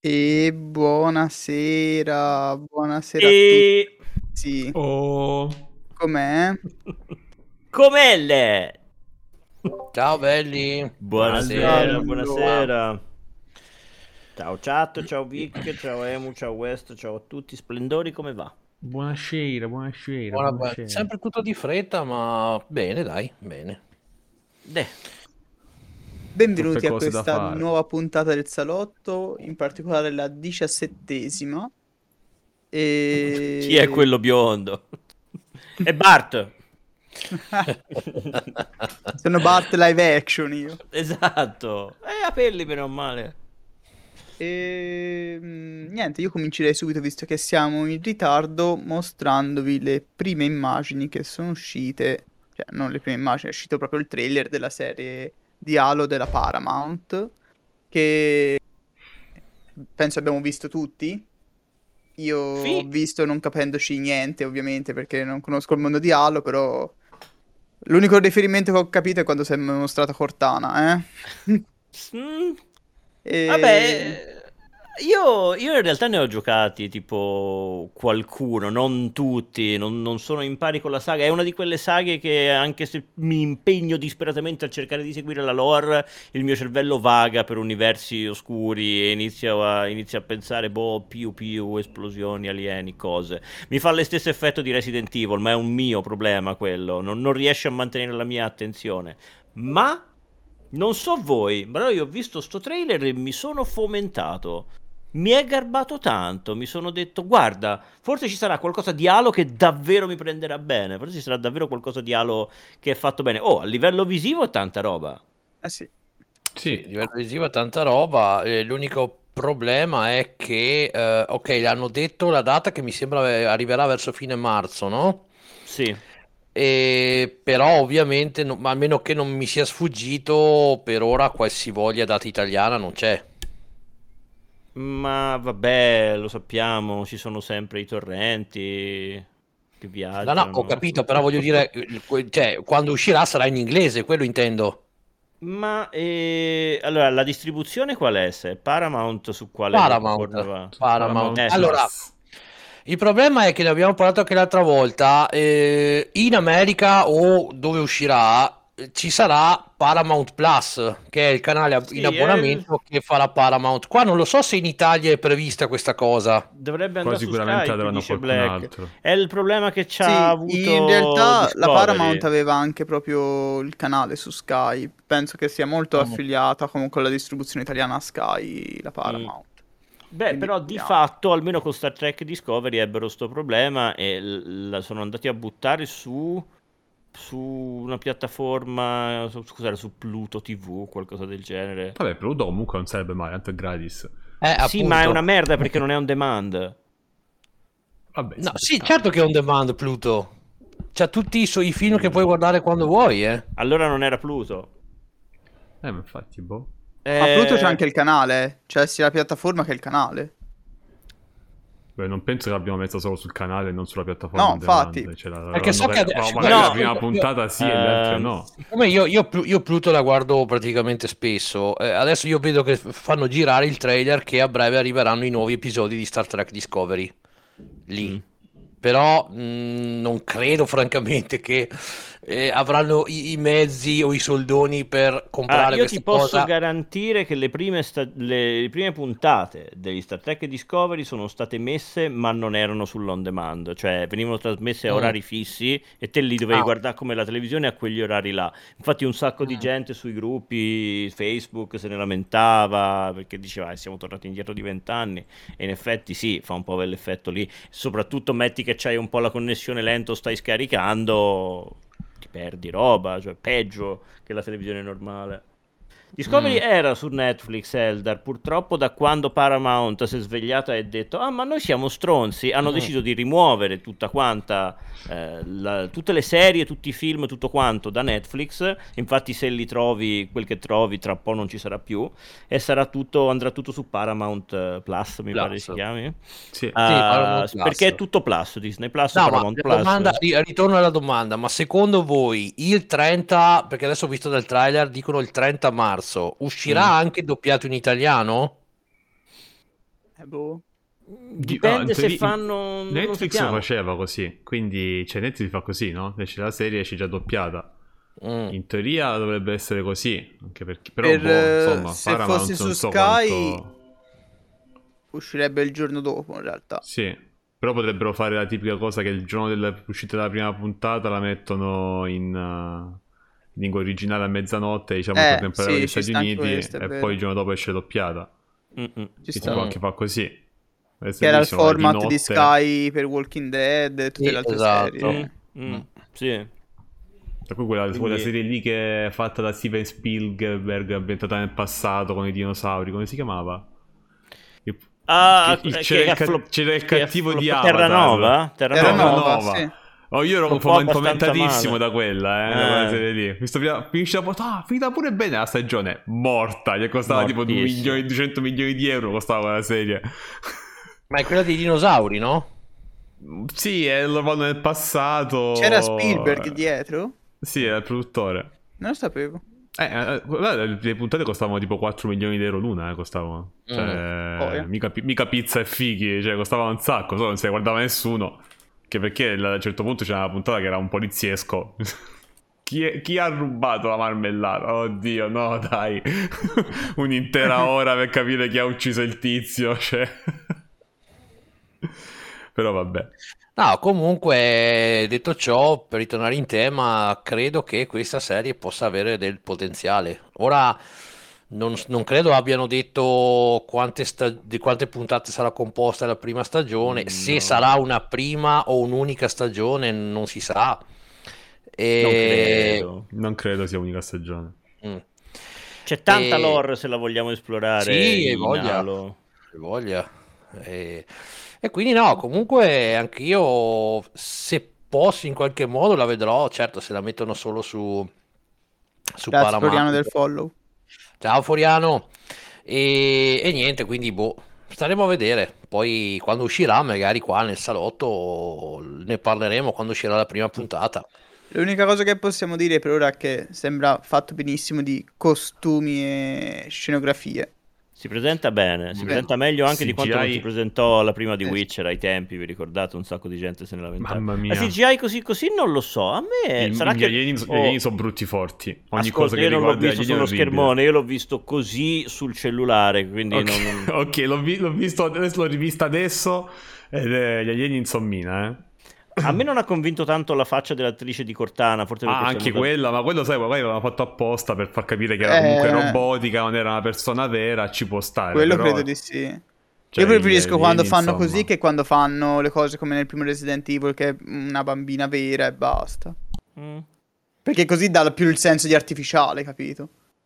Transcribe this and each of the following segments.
E buonasera, buonasera a E tutti. Oh, Com'è? com'è? Ciao belli, Buonasera, buonasera. Allora, buonasera. Ciao chat, ciao Vic, ciao Emu, ciao West, ciao a tutti splendori, come va? buonasera, buonasera, buonasera. Sempre tutto di fretta, ma bene, dai, bene. Deh, Troppe benvenuti a cose da questa fare. nuova puntata del Salotto, in particolare la 17ª. chi è E... quello biondo? È Bart! Sono Bart live action io. Esatto, a pelli meno male. Niente, io comincerei subito, visto che siamo in ritardo, mostrandovi le prime immagini che sono uscite. Cioè, non le prime immagini, è uscito proprio il trailer della serie di Halo della Paramount, che penso abbiamo visto tutti. Io ho Sì, visto non capendoci niente, ovviamente, perché non conosco il mondo di Halo, però l'unico riferimento che ho capito è quando si è mostrata Cortana, eh? mm, E... vabbè, io in realtà ne ho giocati tipo qualcuno, non tutti, non sono in pari con la saga. È una di quelle saghe che anche se mi impegno disperatamente a cercare di seguire la lore, il mio cervello vaga per universi oscuri e inizia a pensare, boh, più, esplosioni, alieni, cose. Mi fa lo stesso effetto di Resident Evil, ma è un mio problema quello, non riesce a mantenere la mia attenzione. Ma non so voi, però io ho visto sto trailer e mi sono fomentato. Mi è garbato tanto, mi sono detto, guarda, forse ci sarà qualcosa di Halo che davvero mi prenderà bene, forse ci sarà davvero qualcosa di Halo che è fatto bene. Oh, a livello visivo è tanta roba. Eh sì. Sì, Sì, a livello visivo è tanta roba. L'unico problema è che, ok, hanno detto la data che mi sembra arriverà verso fine marzo, no? Sì, Però ovviamente, a meno che non mi sia sfuggito, per ora qualsivoglia data italiana non c'è. ma vabbè, lo sappiamo, ci sono sempre i torrenti che No, no, ho viaggiano. capito, però voglio dire, cioè, quando uscirà sarà in inglese, quello intendo. Ma allora la distribuzione qual è? Se è Paramount su quale piattaforma Paramount, va? su Paramount. Paramount Eh. Allora, Plus. il problema è che ne abbiamo parlato anche l'altra volta. In America o dove uscirà ci sarà Paramount Plus, che è il canale in Sì, abbonamento che fa la Paramount. Qua non lo so se in Italia è prevista questa cosa. dovrebbe Qua andare su sicuramente Skype, avranno dice qualcun Black. altro. È il problema che ci ha Sì, in avuto realtà la Paramount Discovery. aveva anche proprio il canale su Sky. Penso che sia molto Mm. affiliata comunque alla distribuzione italiana a Sky, la Mm. Paramount. Beh, Quindi però di vediamo. fatto, almeno con Star Trek Discovery ebbero sto problema e la sono andati a buttare su una piattaforma, scusate, su Pluto TV, qualcosa del genere. Vabbè, però comunque non sarebbe male, tanto è gratis. Sì, ma è una Appunto. merda perché non è on demand. Vabbè, No, ci sì, sta. certo che è on demand Pluto. C'ha tutti i suoi film che puoi Mm. guardare quando vuoi, eh. Allora non era Pluto. Ma infatti, boh. Ma Pluto c'è Eh, anche il canale, cioè sia la piattaforma che il canale. Beh, non penso che l'abbiano messa solo sul canale e non sulla piattaforma No, on infatti. demand. Cioè, Perché so che magari la no, prima puntata sì e le altre ehm, no. siccome io Pluto la guardo praticamente spesso, adesso io vedo che fanno girare il trailer che a breve arriveranno i nuovi episodi di Star Trek Discovery. Lì. mm. Però non credo francamente che avranno i mezzi o i soldoni per Ah, comprare io questa ti posso cosa. garantire che le prime puntate degli Star Trek Discovery sono state messe, ma non erano sull'on demand, cioè venivano trasmesse a Mm. orari fissi e te li dovevi Ah, guardare come la televisione a quegli orari là. Infatti un sacco di mm. gente sui gruppi Facebook se ne lamentava perché diceva siamo tornati indietro di 20 anni e in effetti sì, fa un po' quell'effetto lì. Soprattutto metti che c'hai un po' la connessione lento, stai scaricando, ti perdi roba, cioè peggio che la televisione normale. Discovery Mm. era su Netflix, Eldar, purtroppo da quando Paramount si è svegliata e ha detto ah ma noi siamo stronzi, hanno Mm. deciso di rimuovere tutta quanta, tutte le serie, tutti i film, tutto quanto da Netflix, infatti se li trovi, quel che trovi tra un po' non ci sarà più e sarà tutto, andrà tutto su Paramount Plus, mi pare si Plus. chiami. Sì. Sì, Paramount Perché Plus. è tutto Plus, Disney Plus, No, ma Paramount la Plus. domanda, ritorno alla domanda, ma secondo voi il 30, perché adesso ho visto dal trailer, dicono il 30 marzo, uscirà Mm. anche doppiato in italiano? Boh. Dipende se fanno... non Netflix lo sappiamo. faceva così, quindi cioè Netflix fa così, no? Esce la serie, esce già doppiata. In teoria dovrebbe essere così, anche perché però insomma, se Paramount fosse su non so Sky quanto... uscirebbe il giorno dopo in realtà. Sì, però potrebbero fare la tipica cosa che il giorno dell'uscita della prima puntata la mettono in lingua originale a mezzanotte, diciamo il tempo sì, degli ci Stati sta anche Uniti, questo, è e vero. poi il giorno dopo esce doppiata. Mm-mm. Ci Si sta. può anche fa così. Che era il format di notte. Sky per Walking Dead e tutte Sì, le altre esatto. serie. Sì. Per cui quella Quindi- serie lì che è fatta da Steven Spielberg, ambientata nel passato con i dinosauri, come si chiamava? C'era il cattivo di Avatar. Terranova? Terranova, sì. Oh, io ero Un po' abbastanza fomentatissimo male. da quella serie lì. Finisce finita pure bene la stagione. Morta. Gli costava tipo 2 Mortissimo. milioni, 200 milioni di euro. Costava quella serie. Ma è quella dei dinosauri, no? Sì, lo fanno nel passato. C'era Spielberg dietro? Sì, era il produttore. Non lo sapevo. Guarda, le puntate costavano tipo 4 milioni di euro l'una, costavano. Cioè, mica pizza e fighi, cioè costavano un sacco, solo non se ne guardava nessuno. Che perché a un certo punto c'era una puntata che era un poliziesco. Chi ha rubato la marmellata? Oddio, no, dai. Un'intera ora per capire chi ha ucciso il tizio, cioè. Però vabbè. No, comunque, detto ciò, per ritornare in tema, credo che questa serie possa avere del potenziale. Ora, non credo abbiano detto di quante puntate sarà composta la prima stagione. Se sarà una prima o un'unica stagione, non si sa. Non credo sia unica stagione. C'è tanta lore se la vogliamo esplorare. Sì, in Halo. voglia. E quindi no, comunque anch'io, se posso in qualche modo la vedrò, certo se la mettono solo su Grazie Paramount. Floriano del follow. Ciao Foriano. E niente, quindi staremo a vedere. Poi quando uscirà, magari qua nel salotto ne parleremo quando uscirà la prima puntata. L'unica cosa che possiamo dire per ora è che sembra fatto benissimo di costumi e scenografie. Si presenta bene, si presenta meglio anche di quanto non si presentò la prima di Witcher ai tempi, vi ricordate? Un sacco di gente se ne lamentava. Mamma mia. La CGI così non lo so, a me sarà Gli alieni sono brutti forti. Ogni cosa che io non l'ho riguarda visto sullo schermone, io l'ho visto così sul cellulare, quindi Ok, l'ho visto, l'ho rivista adesso ed gli alieni insommina, A me non ha convinto tanto la faccia dell'attrice di Cortana, forse perché anche quella, ma quello sai, magari l'hanno fatto apposta per far capire che era comunque robotica, non era una persona vera, ci può stare. Quello però... credo di sì. Cioè, Io preferisco quando fanno insomma. così che quando fanno le cose come nel primo Resident Evil, che è una bambina vera e basta. Perché così dà più il senso di artificiale, capito?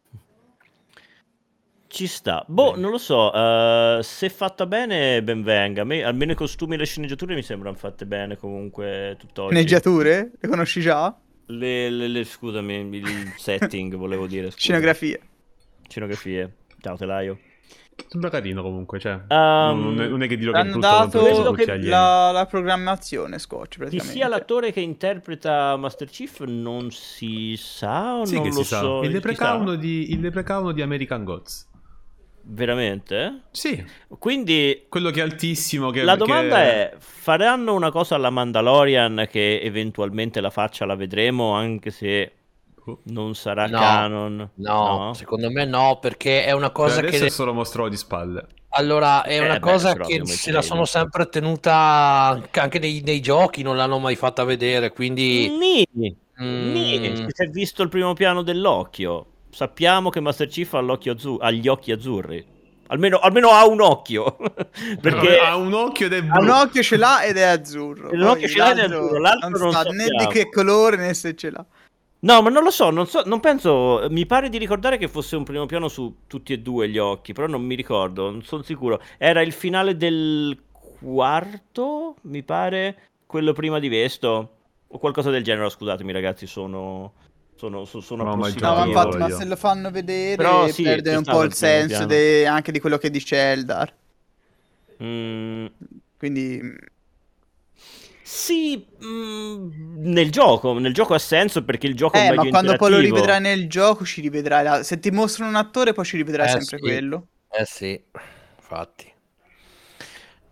Ci sta. Non lo so, se fatta bene ben venga. A me almeno i costumi e le sceneggiature mi sembrano fatte bene comunque tutt'oggi. Sceneggiature? Le conosci già? Scusami, il setting volevo dire. Scenografie. Ciao Telaio. Sembra carino comunque, cioè non è che dirò che è Hanno brutto dato contro tutti gli alieni. la programmazione Scotch Chi praticamente. sia l'attore che interpreta Master Chief non si sa o Sì non che lo si sa. so. Il chi sa? Leprechaun di American Gods. Veramente? Sì. Quindi Quello che è altissimo. la domanda è: faranno una cosa alla Mandalorian che eventualmente la faccia la vedremo, anche se non sarà canon? No, secondo me no, perché è una cosa adesso che è solo mostrò di spalle. allora è una cosa però che abbiamo se il la trailer. sono sempre tenuta anche nei giochi, non l'hanno mai fatta vedere, quindi Si è visto il primo piano dell'occhio. Sappiamo che Master Chief ha gli occhi azzurri. Almeno ha un occhio. Perché ha un occhio ed è Ha blu. un occhio ce l'ha ed è azzurro. Un Poi occhio ce l'ha ed è azzurro, l'altro non sa né sappiamo. di che colore né se ce l'ha. No, ma non lo so, non penso. Mi pare di ricordare che fosse un primo piano su tutti e due gli occhi, però non mi ricordo, non sono sicuro. Era il finale del quarto, mi pare, quello prima di Vesto, o qualcosa del genere. Scusatemi, ragazzi, sono Mamma, approssimativo. No, ma infatti, ma io. se lo fanno vedere Però sì, perde c'è un stato po' il il primo senso piano. anche di quello che dice Eldar. Mm, Quindi sì, nel gioco ha senso perché il gioco è meglio ma quando poi lo interattivo. rivedrai nel gioco ci rivedrai se ti mostrano un attore poi ci rivedrai sempre sì. quello. Sì, infatti.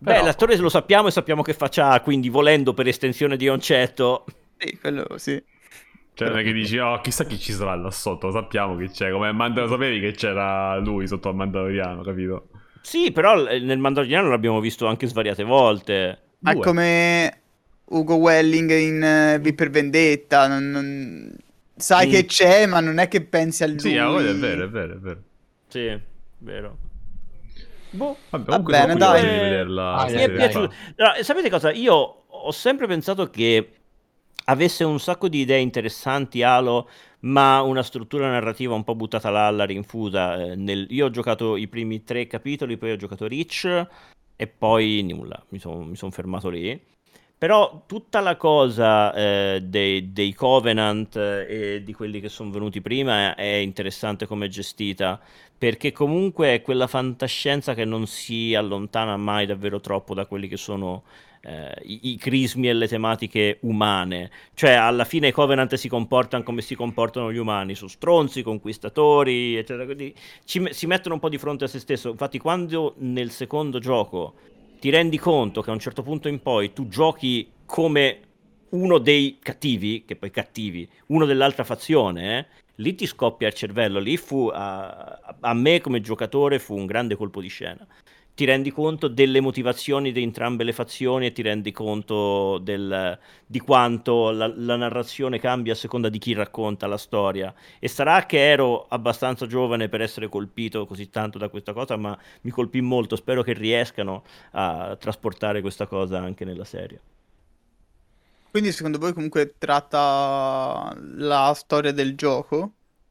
Beh, l'attore lo sappiamo e sappiamo che faccia ha, quindi volendo per estensione di concetto... Sì, quello sì. Cioè, non è che dici, oh, chissà chi ci sarà là sotto, lo sappiamo che c'è, come lo sapevi che c'era lui sotto al Mandaloriano, capito? Sì, però nel Mandaloriano l'abbiamo visto anche svariate volte. Ma è come Ugo Welling in V per Vendetta, sai che c'è, ma non è che pensi a lui. Sì, è vero, è vero, è vero. Sì, vero. Boh, Vabbè, comunque bene, sono curioso dai. di vederla. Mi è piaciuto. Allora, sapete cosa? Io ho sempre pensato che avesse un sacco di idee interessanti Halo, ma una struttura narrativa un po' buttata là alla rinfusa. Io ho giocato i primi 3 capitoli, poi ho giocato Reach e poi nulla, mi son fermato lì. Però tutta la cosa dei Covenant e di quelli che sono venuti prima è interessante come è gestita, perché comunque è quella fantascienza che non si allontana mai davvero troppo da quelli che sono i crismi e le tematiche umane. Cioè, alla fine i Covenant si comportano come si comportano gli umani, su stronzi, conquistatori, eccetera. Quindi si mettono un po' di fronte a se stesso. Infatti, quando nel secondo gioco ti rendi conto che a un certo punto in poi tu giochi come uno dei cattivi, che poi cattivi, uno dell'altra fazione, lì ti scoppia il cervello. Lì a me come giocatore fu un grande colpo di scena. Ti rendi conto delle motivazioni di entrambe le fazioni e ti rendi conto di quanto la narrazione cambia a seconda di chi racconta la storia. E sarà che ero abbastanza giovane per essere colpito così tanto da questa cosa, ma mi colpì molto. Spero che riescano a trasportare questa cosa anche nella serie. Quindi secondo voi comunque tratta la storia del gioco?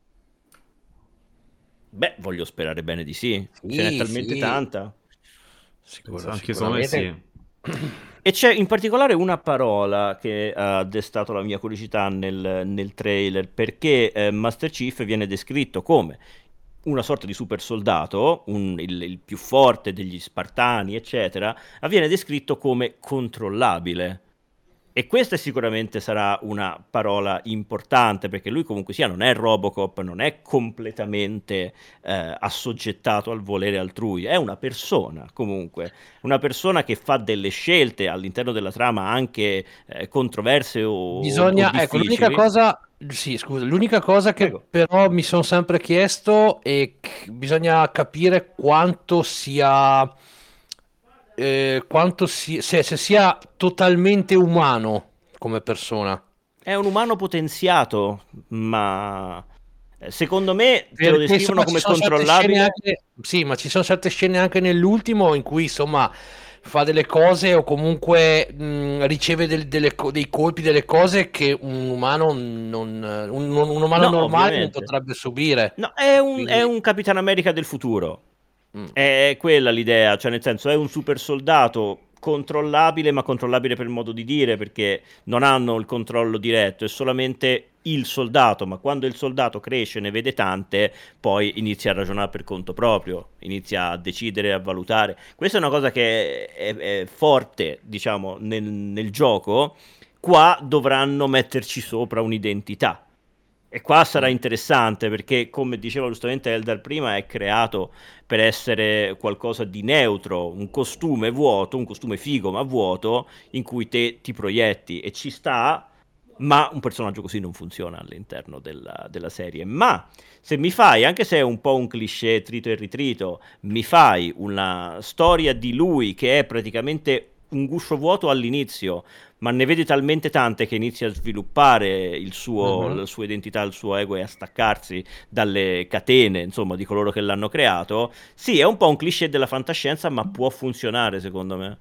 Beh, voglio sperare bene di sì. Ce n'è talmente tanta. Anche secondo me sì. E c'è in particolare una parola che ha destato la mia curiosità nel trailer, perché Master Chief viene descritto come una sorta di super soldato, il più forte degli Spartani, eccetera, viene descritto come controllabile. E questa sicuramente sarà una parola importante, perché lui comunque sia non è Robocop, non è completamente assoggettato al volere altrui, è una persona comunque, una persona che fa delle scelte all'interno della trama anche controverse o Bisogna, ecco, l'unica cosa, sì, scusa, l'unica cosa che Prego. però mi sono sempre chiesto è che bisogna capire quanto sia se sia totalmente umano come persona. È un umano potenziato, ma secondo me te lo Perché, descrivono insomma, come ci sono certe controllabile. scene anche, sì, ma ci sono certe scene anche nell'ultimo in cui insomma fa delle cose o comunque riceve dei colpi, delle cose che un umano un umano No, normale non ovviamente. potrebbe subire. No, è Quindi- un Capitan America del futuro. Mm. È quella l'idea, cioè nel senso è un super soldato controllabile, ma controllabile per modo di dire, perché non hanno il controllo diretto, è solamente il soldato, ma quando il soldato cresce, ne vede tante, poi inizia a ragionare per conto proprio, inizia a decidere, a valutare. Questa è una cosa che è forte, diciamo, nel gioco. Qua dovranno metterci sopra un'identità. E qua sarà interessante perché, come diceva giustamente Eldar prima, è creato per essere qualcosa di neutro, un costume vuoto, un costume figo ma vuoto, in cui te ti proietti e ci sta, ma un personaggio così non funziona all'interno della serie. Ma se mi fai, anche se è un po' un cliché trito e ritrito, mi fai una storia di lui che è praticamente un guscio vuoto all'inizio, ma ne vedi talmente tante che inizia a sviluppare la sua identità, il suo ego e a staccarsi dalle catene, insomma, di coloro che l'hanno creato. Sì, è un po' un cliché della fantascienza, ma può funzionare, secondo me.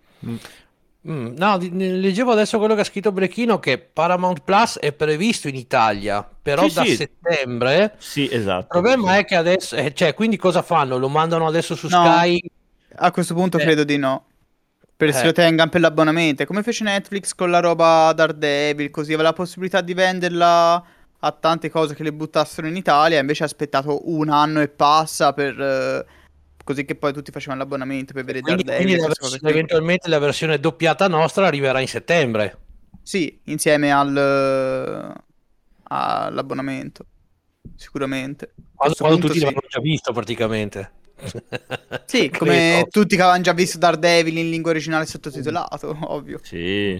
No, leggevo adesso quello che ha scritto Brechino che Paramount Plus è previsto in Italia, però Sì, da sì. settembre. Sì, esatto. Il problema è che adesso, cioè, quindi cosa fanno? Lo mandano adesso su No. Sky? A questo punto credo di no. Per se lo Eh. tengano per l'abbonamento. È come fece Netflix con la roba Daredevil, così aveva la possibilità di venderla a tante cose che le buttassero in Italia, invece ha aspettato un anno e passa per così che poi tutti facevano l'abbonamento per vedere Quindi Daredevil e la queste cose qui. eventualmente la versione doppiata nostra arriverà in settembre. Sì, insieme all'abbonamento. Sicuramente. A questo Quando punto tutti sì. l'hanno già visto praticamente. Sì, come Credo. tutti che avevano già visto Daredevil in lingua originale sottotitolato, ovvio. Sì.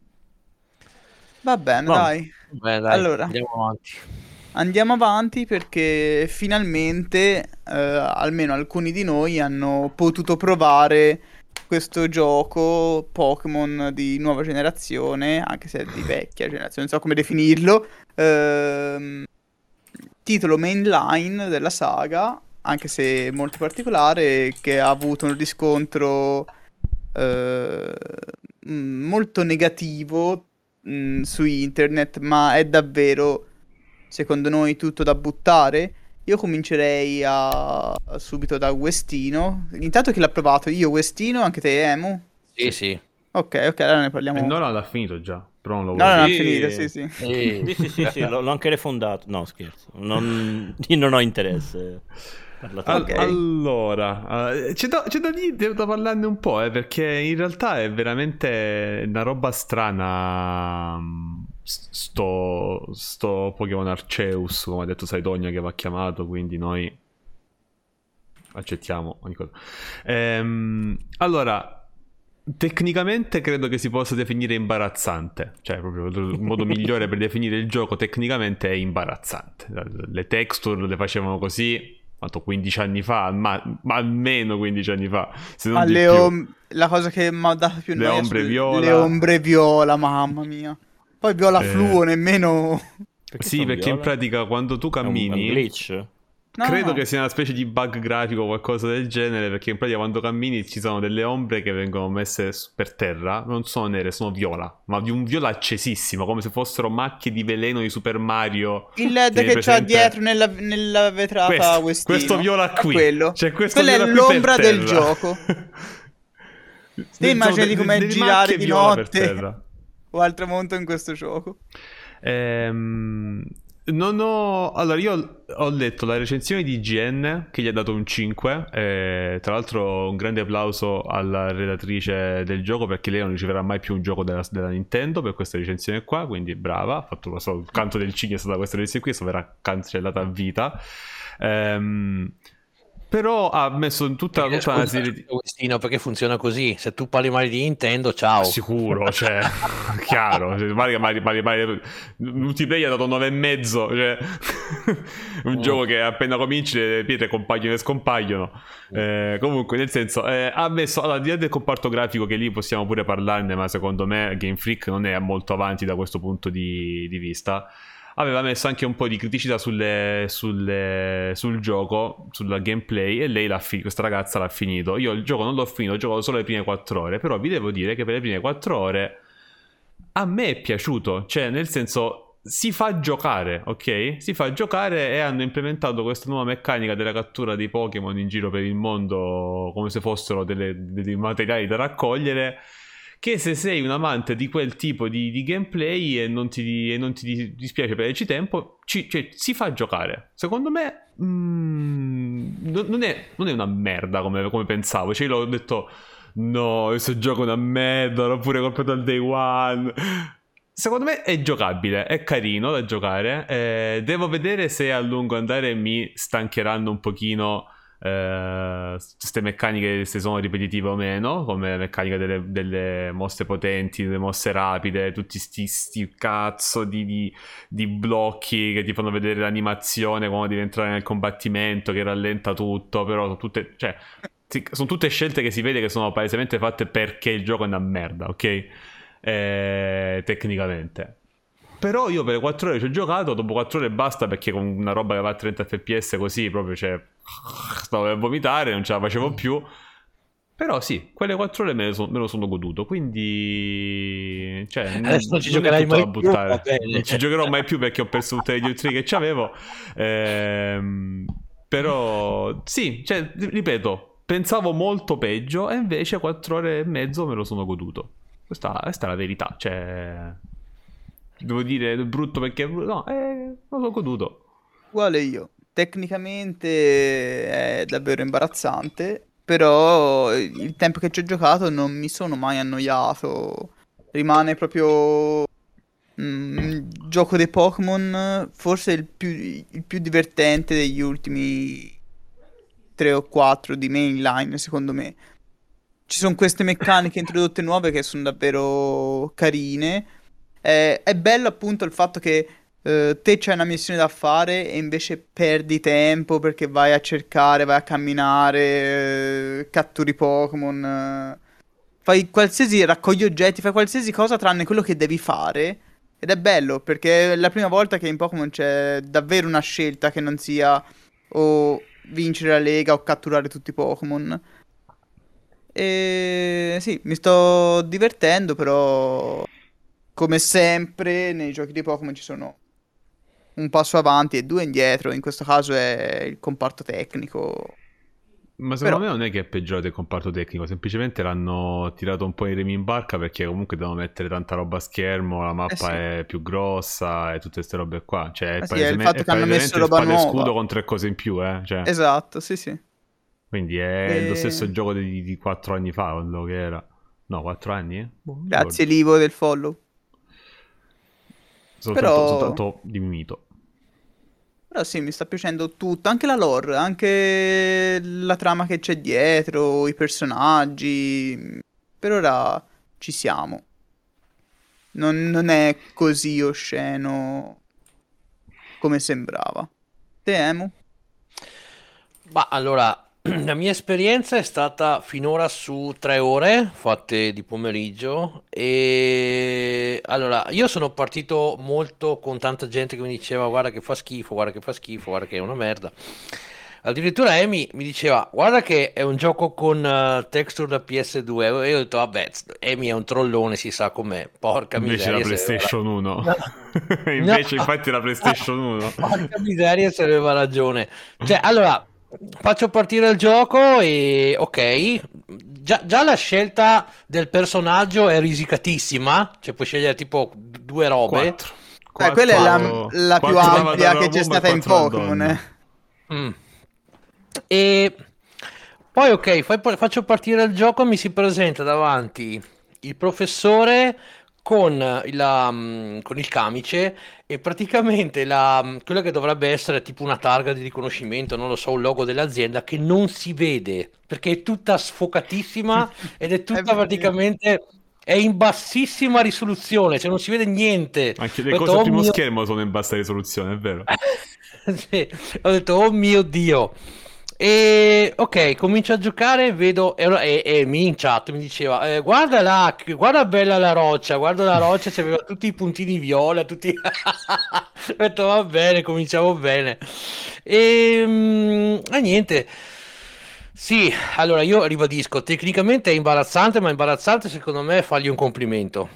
Va bene, Vabbè. dai. Beh, dai, Allora, andiamo avanti. andiamo avanti perché finalmente, almeno alcuni di noi hanno potuto provare questo gioco Pokémon di nuova generazione, anche se è di vecchia generazione, non so come definirlo. Titolo mainline della saga, anche se molto particolare, che ha avuto un riscontro eh, molto negativo su internet, ma è davvero, secondo noi, tutto da buttare. Io comincerei subito da Westino. Intanto chi l'ha provato? Io, Westino, anche te, Emu? Sì, sì. Ok, allora ne E parliamo. Nolan l'ha finito già, però non lo No, vuole non ha dire. finito, sì, sì. Sì, l'ho anche refondato. No, scherzo. Io non ho interesse. Parlate Ok. Allora, c'è da dire, da parlarne un po', perché in realtà è veramente una roba strana. Sto Pokémon Arceus, come ha detto Saitonia che va chiamato, quindi noi accettiamo ogni cosa. Allora, tecnicamente credo che si possa definire imbarazzante, cioè proprio il modo migliore per definire il gioco tecnicamente è imbarazzante. Le texture le facevano così, quanto 15 anni fa, ma almeno 15 anni fa, se non Ma di più. la cosa che mi ha dato più Le noia ombre sono viola. le ombre viola, mamma mia. Poi viola fluo, nemmeno... Perché Sì, sono perché in viola? pratica quando tu È un cammini, glitch? No, credo no. che sia una specie di bug grafico o qualcosa del genere, perché in pratica quando cammini ci sono delle ombre che vengono messe per terra, non sono nere, sono viola, ma di un viola accesissimo, come se fossero macchie di veleno di Super Mario. Il LED Tieni che c'ha presente? dietro nella vetrata Questo Westino. viola È qui, quello. cioè questo Quella è viola qui per l'ombra del terra. gioco. Te Sono immagini come delle girare macchie di viola per notte terra. o al tramonto in questo gioco. Non ho. Allora, io ho letto la recensione di IGN che gli ha dato un 5. Tra l'altro, un grande applauso alla redattrice del gioco perché lei non riceverà mai più un gioco della Nintendo per questa recensione qua. Quindi, brava. Ha fatto il canto del cigno è stata questa recensione qui. Verrà cancellata a vita. Però ha messo in tutta una serie di. Westino, perché funziona così. Se tu parli male di Nintendo, ciao. Sicuro, cioè, chiaro. Multiplayer ha dato 9,5. Cioè, un gioco che appena cominci le pietre compaiono e scompaiono. Comunque, nel senso, ha messo. Allora, di là del comparto grafico, che lì possiamo pure parlarne, ma secondo me Game Freak non è molto avanti da questo punto di vista. Aveva messo anche un po' di criticità sul gioco, sulla gameplay, e lei questa ragazza l'ha finito. Io il gioco non l'ho finito, ho giocato solo le prime 4 ore, però vi devo dire che per le prime 4 ore a me è piaciuto, cioè nel senso si fa giocare, ok? Si fa giocare e hanno implementato questa nuova meccanica della cattura dei Pokémon in giro per il mondo come se fossero dei materiali da raccogliere, che se sei un amante di quel tipo di gameplay e non ti dispiace perderci tempo, cioè, si fa giocare. Secondo me non è una merda come pensavo. Cioè, io l'ho detto, no, questo gioco è una merda, l'ho pure comprato al day one. Secondo me è giocabile, è carino da giocare. Devo vedere se a lungo andare mi stancheranno un pochino queste meccaniche, se sono ripetitive o meno, come la meccanica delle mosse potenti, delle mosse rapide, tutti sti cazzo di blocchi che ti fanno vedere l'animazione quando devi entrare nel combattimento, che rallenta tutto, però sono tutte, cioè, sono tutte scelte che si vede che sono palesemente fatte perché il gioco è una merda, ok? Tecnicamente. Però io per 4 ore ci ho giocato, dopo 4 ore basta, perché con una roba che va a 30 fps così proprio, cioè, stavo per vomitare, non ce la facevo più. Però sì, quelle 4 ore me lo sono goduto, quindi cioè, Adesso non ci non è giocherai tutto da mai più, buttare. va bene. Non ci giocherò mai più perché ho perso tutte le diottrie che c'avevo. Però sì, cioè, ripeto, pensavo molto peggio e invece 4 ore e mezzo me lo sono goduto. Questa è la verità, cioè, devo dire brutto perché no, me lo sono goduto. Uguale io. Tecnicamente è davvero imbarazzante, però il tempo che ci ho giocato non mi sono mai annoiato. Rimane proprio gioco dei Pokémon, forse il più divertente degli ultimi 3 o 4 di mainline, secondo me. Ci sono queste meccaniche introdotte nuove che sono davvero carine. È bello appunto il fatto che te c'hai una missione da fare e invece perdi tempo perché vai a cercare, vai a camminare, catturi Pokémon, fai qualsiasi, raccogli oggetti, fai qualsiasi cosa tranne quello che devi fare. Ed è bello perché è la prima volta che in Pokémon c'è davvero una scelta che non sia o vincere la lega o catturare tutti i Pokémon. E sì, mi sto divertendo, però come sempre nei giochi di Pokémon ci sono un passo avanti e 2 indietro. In questo caso è il comparto tecnico. Ma secondo Però me non è che è peggiorato il comparto tecnico, semplicemente l'hanno tirato un po' i remi in barca perché comunque devono mettere tanta roba a schermo, la mappa sì. è più grossa e tutte queste robe qua. Cioè Sì, è il fatto che hanno messo palesemente roba spada e nuova. scudo con 3 cose in più, cioè. Esatto, sì, sì. Quindi è lo stesso gioco di 4 anni fa, quello che era. No, 4 anni? Boh, non Grazie ricordo. Livo del follow. Però Soltanto diminuito. Però sì, mi sta piacendo tutto, anche la lore, anche la trama che c'è dietro, i personaggi. Per ora ci siamo. Non è così osceno come sembrava. Te, Emu? Ma allora, la mia esperienza è stata finora su 3 ore fatte di pomeriggio e allora io sono partito molto con tanta gente che mi diceva guarda che fa schifo, guarda che fa schifo, guarda che è una merda. Addirittura Amy mi diceva guarda che è un gioco con texture da PS2 e io ho detto vabbè, Amy è un trollone, si sa com'è, porca Invece la miseria. PlayStation 1. No, Invece no. infatti la PlayStation 1. Porca miseria se aveva ragione. Cioè, allora, faccio partire il gioco e ok, già la scelta del personaggio è risicatissima, cioè puoi scegliere tipo 2 robe. 4. Quella è Quattro la più 4 ampia che dalla c'è bomba e stata in 4 dalla Pokémon, donna. Mm. E poi ok, faccio partire il gioco, mi si presenta davanti il professore con il camice e praticamente quella che dovrebbe essere tipo una targa di riconoscimento, non lo so, un logo dell'azienda che non si vede perché è tutta sfocatissima ed è È tutta vero. praticamente è in bassissima risoluzione, cioè non si vede niente. Anche le Ho detto, cose a oh primo mio. schermo sono in bassa risoluzione, è vero. Sì, ho detto, oh mio Dio. E ok, comincio a giocare, vedo e mi in chat mi diceva, guarda là, guarda bella la roccia, c'aveva tutti i puntini viola, tutti. Ho detto, va bene, cominciamo bene. E niente. Sì, allora io ribadisco, tecnicamente è imbarazzante, ma imbarazzante secondo me è fargli un complimento.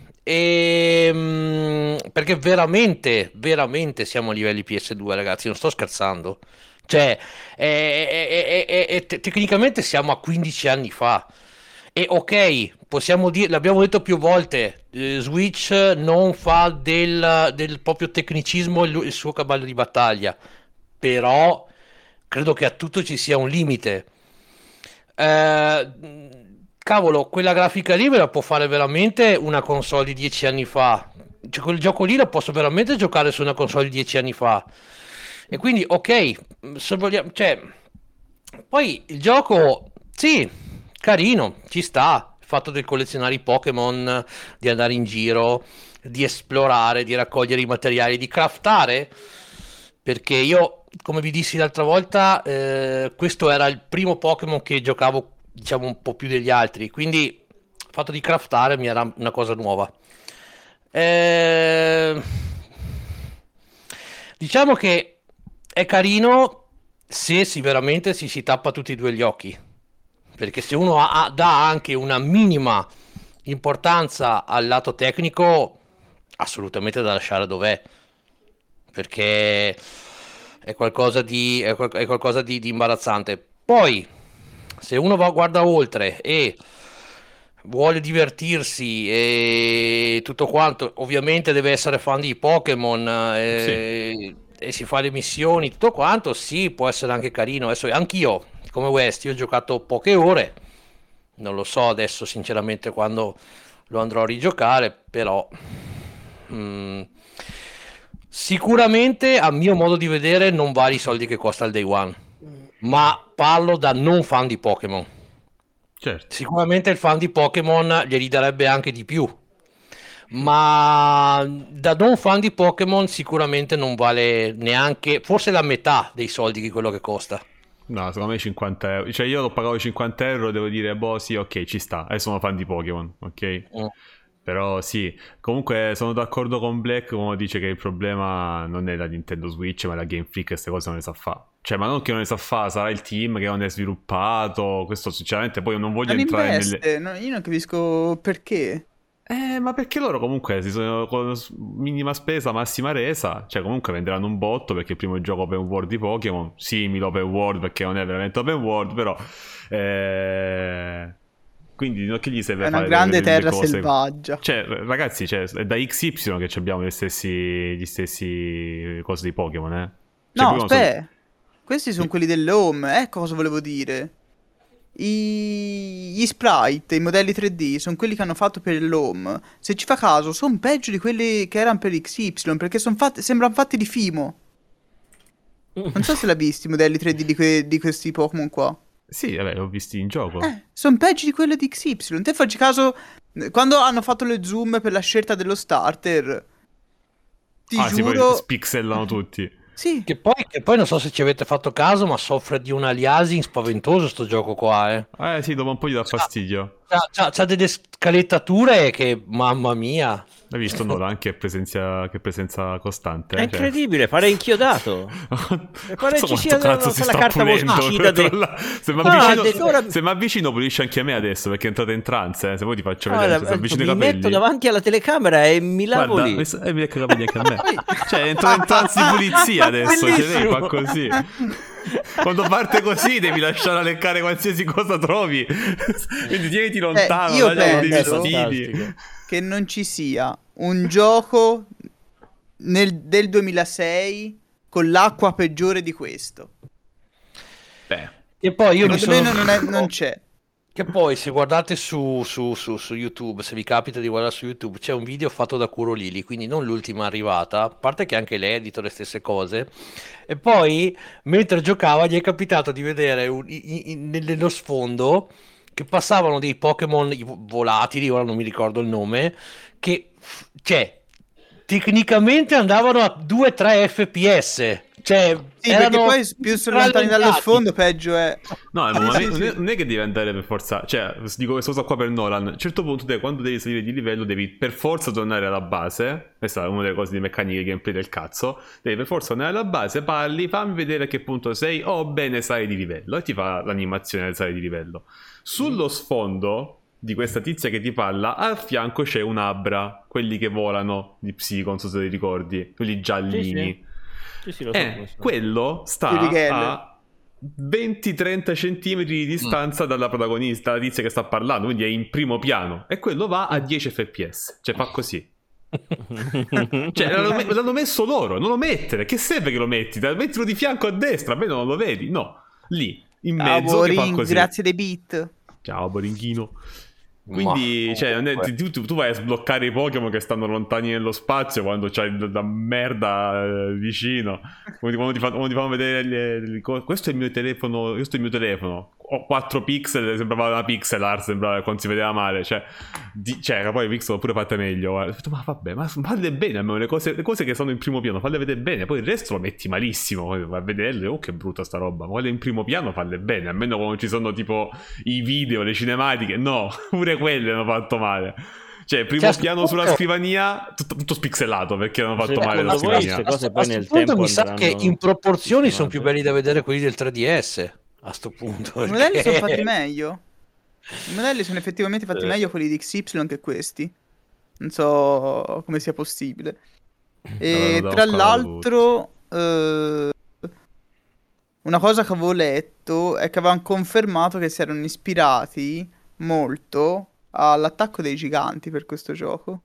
Perché veramente, veramente siamo a livelli PS2, ragazzi, non sto scherzando. Cioè, tecnicamente siamo a 15 anni fa. E ok, possiamo dire, l'abbiamo detto più volte, Switch non fa del proprio tecnicismo il suo cavallo di battaglia, però credo che a tutto ci sia un limite. Eh, Cavolo, quella grafica lì me la può fare veramente una console di 10 anni fa. Cioè, quel gioco lì lo posso veramente giocare su una console di 10 anni fa. E quindi, ok, se vogliamo, cioè, poi il gioco, sì, carino, ci sta. Il fatto del collezionare i Pokémon, di andare in giro, di esplorare, di raccogliere i materiali, di craftare. Perché io, come vi dissi l'altra volta, questo era il primo Pokémon che giocavo, diciamo, un po' più degli altri. Quindi il fatto di craftare mi era una cosa nuova. Eh, Diciamo che è carino se veramente si tappa tutti e due gli occhi. Perché se uno dà anche una minima importanza al lato tecnico, assolutamente da lasciare dov'è. Perché è qualcosa di imbarazzante. Poi, se uno guarda oltre e vuole divertirsi e tutto quanto, ovviamente deve essere fan di Pokémon Sì. e si fa le missioni, tutto quanto, sì, può essere anche carino. Adesso anch'io, come West, io ho giocato poche ore, non lo so adesso sinceramente quando lo andrò a rigiocare, però sicuramente a mio modo di vedere non vale i soldi che costa il Day One. ma parlo da non fan di Pokémon. Certo. Sicuramente il fan di Pokémon glieli darebbe anche di più, ma da non fan di Pokémon sicuramente non vale neanche, forse la metà dei soldi di quello che costa. No, secondo me 50 euro. Cioè, io l'ho pagato 50 euro, devo dire, boh, sì, ok, ci sta. Adesso sono fan di Pokémon, ok? Però sì, comunque sono d'accordo con Black quando dice che il problema non è la Nintendo Switch, ma la Game Freak, queste cose non le sa fare. Cioè, ma non che non le sa fare, sarà il team che non è sviluppato. Questo sinceramente poi non voglio Non entrare investe, io non capisco perché. Ma perché loro comunque si sono con minima spesa, massima resa. Cioè, comunque venderanno un botto perché è il primo gioco open world di Pokémon. Simile open world perché non è veramente open world, però. Quindi non che gli serve È una fare grande le terra cose. selvaggia. Cioè, ragazzi, cioè, è da XY che abbiamo gli stessi cose di Pokémon, eh. Cioè, No, Pokémon aspetta. Questi sono quelli dell'home. Ecco cosa volevo dire. Gli sprite, i modelli 3D, sono quelli che hanno fatto per l'home. Se ci fa caso, sono peggio di quelli che erano per XY, perché sembrano fatti di Fimo. Non so se l'ha visti i modelli 3D di questi Pokémon qua. Sì, vabbè, l'ho visti in gioco. Sono peggio di quelli di XY. Te facci caso, quando hanno fatto le zoom per la scelta dello starter, ti Sì, poi giuro... spixellano tutti. Sì. Che poi non so se ci avete fatto caso, ma soffre di un aliasing spaventoso sto gioco qua, Sì, dopo un po' gli dà fastidio. C'ha delle scalettature che, mamma mia. Hai visto Nolan che presenza costante? È incredibile, pare inchiodato. Pare ci sia cazzo si la sta carta pulendo. vocicida Se mi avvicino pulisce anche me adesso perché è entrato in trance. Se vuoi ti faccio vedere. Se avvicino i mi capelli. metto davanti alla telecamera e mi lavo Guarda, lì. mi lecca i capelli anche a me. Cioè entra in trance di pulizia adesso. Cioè, lei fa così. Quando parte così devi lasciare a leccare qualsiasi cosa trovi. Quindi tieniti lontano. Io dei penso vestiti. che non ci sia un gioco del 2006 con l'acqua peggiore di questo. Beh. E poi io non c'è. Che poi se guardate su YouTube, se vi capita di guardare su YouTube, c'è un video fatto da Kuro Lili, quindi non l'ultima arrivata, a parte che anche lei ha detto le stesse cose, e poi mentre giocava gli è capitato di vedere nello sfondo che passavano dei Pokémon volatili, ora non mi ricordo il nome, che tecnicamente andavano a 2-3 fps. Cioè, sì, perché poi più sono lontani dallo sfondo, peggio è. No, non è che devi andare per forza. Cioè, dico questa cosa qua per Nolan. A un certo punto, quando devi salire di livello, devi per forza tornare alla base. Questa è una delle cose di meccanica gameplay del cazzo. Devi per forza tornare alla base, parli, fammi vedere a che punto sei. Oh, bene, sali di livello. E ti fa l'animazione del sali di livello. Sullo sfondo di questa tizia che ti parla, al fianco c'è un Abra, quelli che volano di Psycho, non so se ti ricordi, quelli giallini. Sì, lo so, quello sta a 20-30 centimetri di distanza dalla protagonista, la tizia che sta parlando, quindi è in primo piano, e quello va a 10 fps, cioè fa così. Cioè l'hanno messo loro, non lo mettere, che serve che lo metti? Mettilo di fianco a destra, almeno non lo vedi, no, lì in mezzo che fa così. Grazie dei beat. Ciao Boringhino. Quindi, tu vai a sbloccare i Pokémon che stanno lontani nello spazio quando c'hai la merda vicino. Quando ti fanno vedere questo è il mio telefono. Ho 4 pixel, sembrava una pixel art, sembrava quando si vedeva male. Cioè poi i pixel l'ho pure fatte meglio. Ho detto, ma vabbè, ma falle bene almeno le cose che sono in primo piano, falle vedere bene. Poi il resto lo metti malissimo. Vai a vederle, oh che brutta sta roba. Ma quelle in primo piano falle bene, almeno quando ci sono tipo i video, le cinematiche. No, pure quelle hanno fatto male. Cioè, primo piano sulla scrivania, tutto spixelato perché hanno fatto male la scrivania. Cose poi nel tempo mi sa che in proporzioni sono più belli da vedere quelli del 3DS a sto punto. I modelli sono fatti meglio. I modelli sono effettivamente fatti meglio quelli di XY che questi. Non so come sia possibile. E tra l'altro, una cosa che avevo letto è che avevano confermato che si erano ispirati molto all'attacco dei giganti per questo gioco.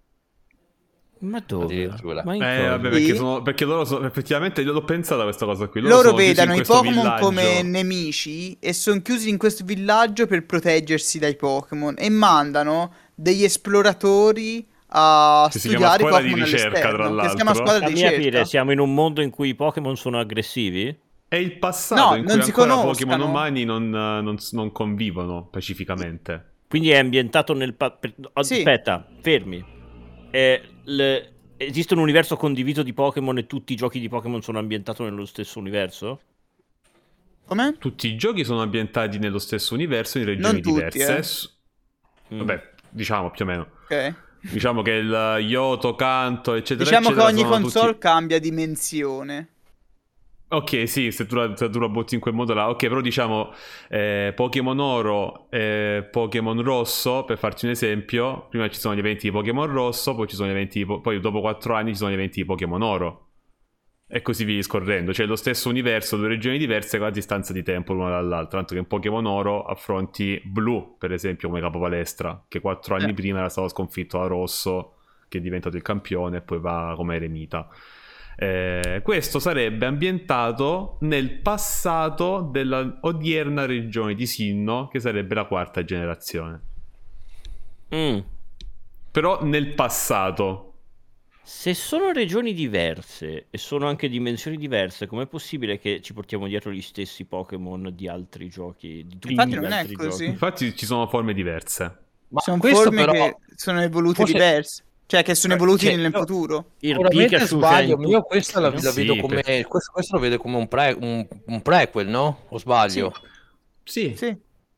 Ma dove? Vabbè, perché loro effettivamente io l'ho pensata questa cosa qui. Loro vedono i Pokémon come nemici e sono chiusi in questo villaggio per proteggersi dai Pokémon e mandano degli esploratori a studiare i Pokémon all'esterno, che si chiama squadra di ricerca. Siamo in un mondo in cui i Pokémon sono aggressivi? È il passato No, in non cui si ancora conoscano. Pokémon umani non convivono pacificamente. Quindi è ambientato nel... Sì. Aspetta, fermi. Esiste un universo condiviso di Pokémon e tutti i giochi di Pokémon sono ambientati nello stesso universo? Come? Tutti i giochi sono ambientati nello stesso universo in regioni Non tutti, diverse. Mm. Vabbè, diciamo più o meno. Ok. Diciamo che il Yoto, Kanto, eccetera, Diciamo che eccetera, ogni sono console tutti... cambia dimensione. Ok, sì, se tu la botti in quel modo là. Ok, però diciamo Pokémon Oro e Pokémon Rosso, per farti un esempio, prima ci sono gli eventi di Pokémon Rosso, poi ci sono gli eventi poi dopo 4 anni ci sono gli eventi di Pokémon Oro. E così via discorrendo. Cioè lo stesso universo, due regioni diverse con la distanza di tempo l'una dall'altra. Tanto che in Pokémon Oro affronti Blu, per esempio, come capopalestra, che 4 anni prima era stato sconfitto da Rosso, che è diventato il campione, e poi va come eremita. Questo sarebbe ambientato nel passato della odierna regione di Sinnoh, che sarebbe la 4ª generazione. Però nel passato. Se sono regioni diverse e sono anche dimensioni diverse, com'è possibile che ci portiamo dietro gli stessi Pokémon di altri giochi? Di tutti Infatti gli non è altri così. giochi? Infatti ci sono forme diverse. Ma Sono questo forme però che sono evolute forse- diverse. Cioè che sono evoluti cioè, nel io- futuro. Il sicuramente Pikachu sbaglio, sei io tu- questa la, no? la vedo Sì, come questo lo vedo come un prequel, no? O sbaglio? Sì. Sì.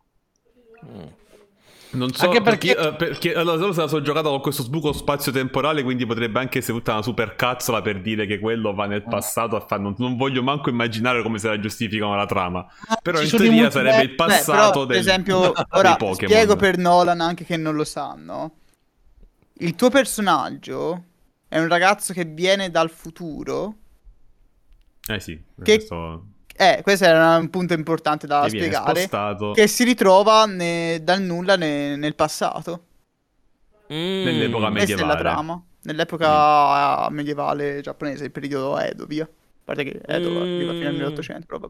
Non so, Anche perché- perché allora solo se la sono giocata con questo sbuco spazio-temporale, quindi potrebbe anche essere tutta una super cazzola per dire che quello va nel passato a fare. Non voglio manco immaginare come se la giustificano la trama. Però ci in sono i teoria sarebbe il Beh, passato però, per del, esempio, dei ora Pokémon. spiego per Nolan anche che non lo sanno. Il tuo personaggio è un ragazzo che viene dal futuro. Eh sì, Che- Questo era un punto importante da che viene spiegare. spostato Che si ritrova dal nulla nel passato. nell'epoca Questa è la medievale. trama. Nell'epoca medievale giapponese, il periodo Edo, via. A parte che Edo arriva fino al 1800, però vabbè.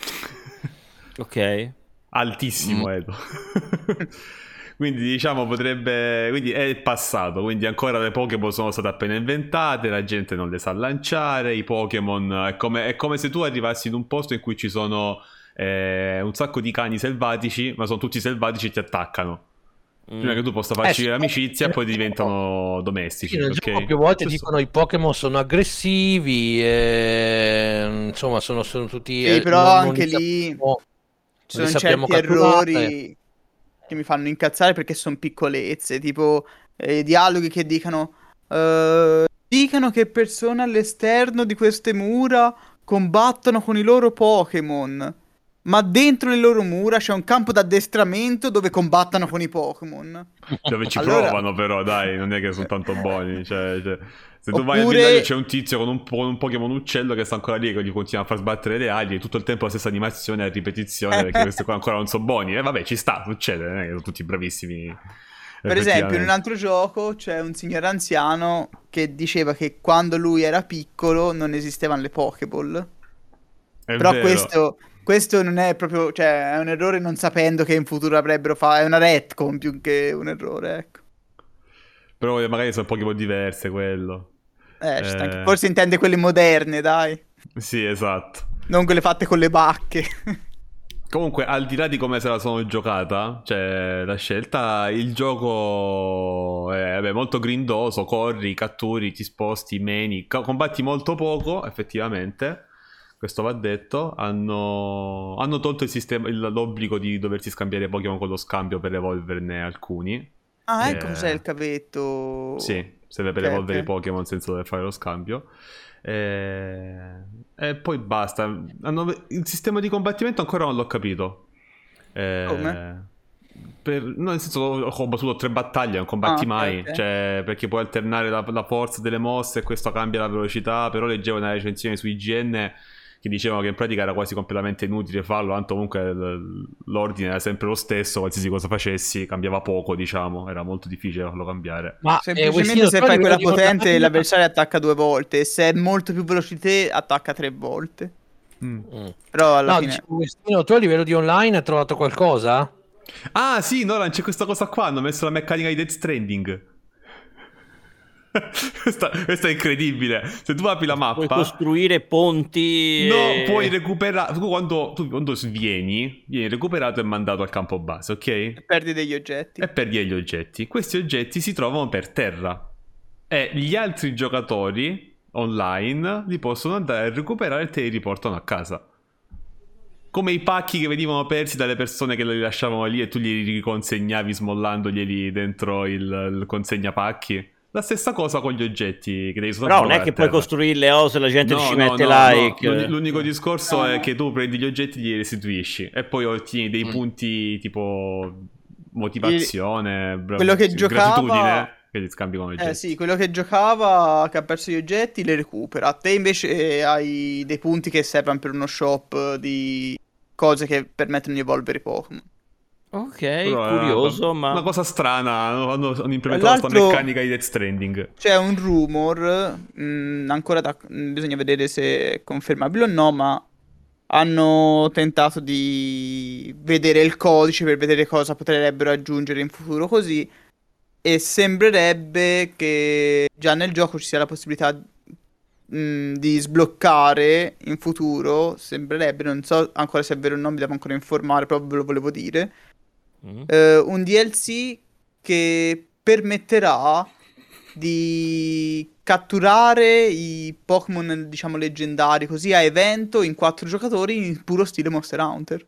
Ok. Altissimo Edo. Quindi diciamo quindi è il passato, quindi ancora le Pokémon sono state appena inventate, la gente non le sa lanciare, i Pokémon è come se tu arrivassi in un posto in cui ci sono un sacco di cani selvatici, ma sono tutti selvatici e ti attaccano. Prima che tu possa farci sì. l'amicizia, poi diventano domestici. Sì, nel ok? gioco più volte Stesso- dicono i Pokémon sono aggressivi, insomma sono tutti... Sì, però non anche li lì sappiamo- ci non li sono sappiamo certi catturare. errori che mi fanno incazzare perché sono piccolezze, tipo dialoghi che dicono che persone all'esterno di queste mura combattono con i loro Pokémon, ma dentro le loro mura c'è un campo d'addestramento dove combattono con i Pokémon. Dove ci Allora- provano però, dai, non è che sono tanto buoni. Cioè, se tu vai al Oppure- villaggio c'è un tizio con un Pokémon uccello che sta ancora lì e che gli continua a far sbattere le ali e tutto il tempo la stessa animazione a ripetizione perché questi qua ancora non sono buoni. E vabbè, ci sta, succede, non è che sono tutti bravissimi. Per esempio, in un effettivamente. altro gioco c'è un signore anziano che diceva che quando lui era piccolo non esistevano le Pokéball. È Però vero. questo non è proprio, cioè, è un errore non sapendo che in futuro avrebbero fatto, è una retcon più che un errore, ecco. Però magari sono Pokémon diverse quello. Ci sta anche- forse intende quelle moderne, dai, Sì, esatto. non quelle fatte con le bacche. Comunque, al di là di come se la sono giocata, cioè la scelta, il gioco è vabbè, molto grindoso, corri, catturi, ti sposti, meni, combatti molto poco, effettivamente, questo va detto, hanno tolto il sistema, l'obbligo di doversi scambiare Pokémon con lo scambio per evolverne alcuni. Ah, ecco cos'è il cavetto. Sì, serve per Ok, evolvere ok. i Pokémon senza dover fare lo scambio. E poi basta. Il sistema di combattimento ancora non l'ho capito. Come? No, nel senso, ho combattuto 3 battaglie, non combatti ok, mai. ok. Cioè, perché puoi alternare la forza delle mosse e questo cambia la velocità. Però leggevo una recensione su IGN che dicevano che in pratica era quasi completamente inutile farlo, tanto comunque l'ordine era sempre lo stesso, qualsiasi cosa facessi cambiava poco, diciamo, era molto difficile farlo cambiare. Ma Semplicemente Westino, se tu a fai livello quella di potente online- l'avversario attacca 2 volte, e se è molto più veloce di te attacca 3 volte. Però alla No, fine... dicevo, Westino, tu a livello di online hai trovato qualcosa? Ah sì, Nolan, c'è questa cosa qua, hanno messo la meccanica di Death Stranding. Questa è incredibile. Se tu apri la mappa, puoi costruire ponti. No, puoi recuperare. Tu quando vieni recuperato e mandato al campo base, ok? E perdi degli oggetti. E perdi gli oggetti. Questi oggetti si trovano per terra. E gli altri giocatori online li possono andare a recuperare e te li riportano a casa. Come i pacchi che venivano persi dalle persone che li lasciavano lì e tu li riconsegnavi smollandoglieli dentro il consegnapacchi. La stessa cosa con gli oggetti che devi solo Però non è che puoi costruire le cose e la gente ci mette like. No. L'unico discorso è che tu prendi gli oggetti e li restituisci e poi ottieni dei punti tipo motivazione, quello che giocava... gratitudine che li scambi con oggetti. Sì, quello che giocava, che ha perso gli oggetti, li recupera. Te invece hai dei punti che servono per uno shop di cose che permettono di evolvere i Pokémon. Ok, però curioso, ma... Una cosa strana, hanno implementato questa meccanica di Death Stranding. C'è un rumor, ancora bisogna vedere se è confermabile o no, ma hanno tentato di vedere il codice per vedere cosa potrebbero aggiungere in futuro così, e sembrerebbe che già nel gioco ci sia la possibilità di sbloccare in futuro, sembrerebbe, non so ancora se è vero o no, mi devo ancora informare, però ve lo volevo dire, un DLC che permetterà di catturare i Pokémon, diciamo, leggendari così a evento in 4 giocatori in puro stile Monster Hunter.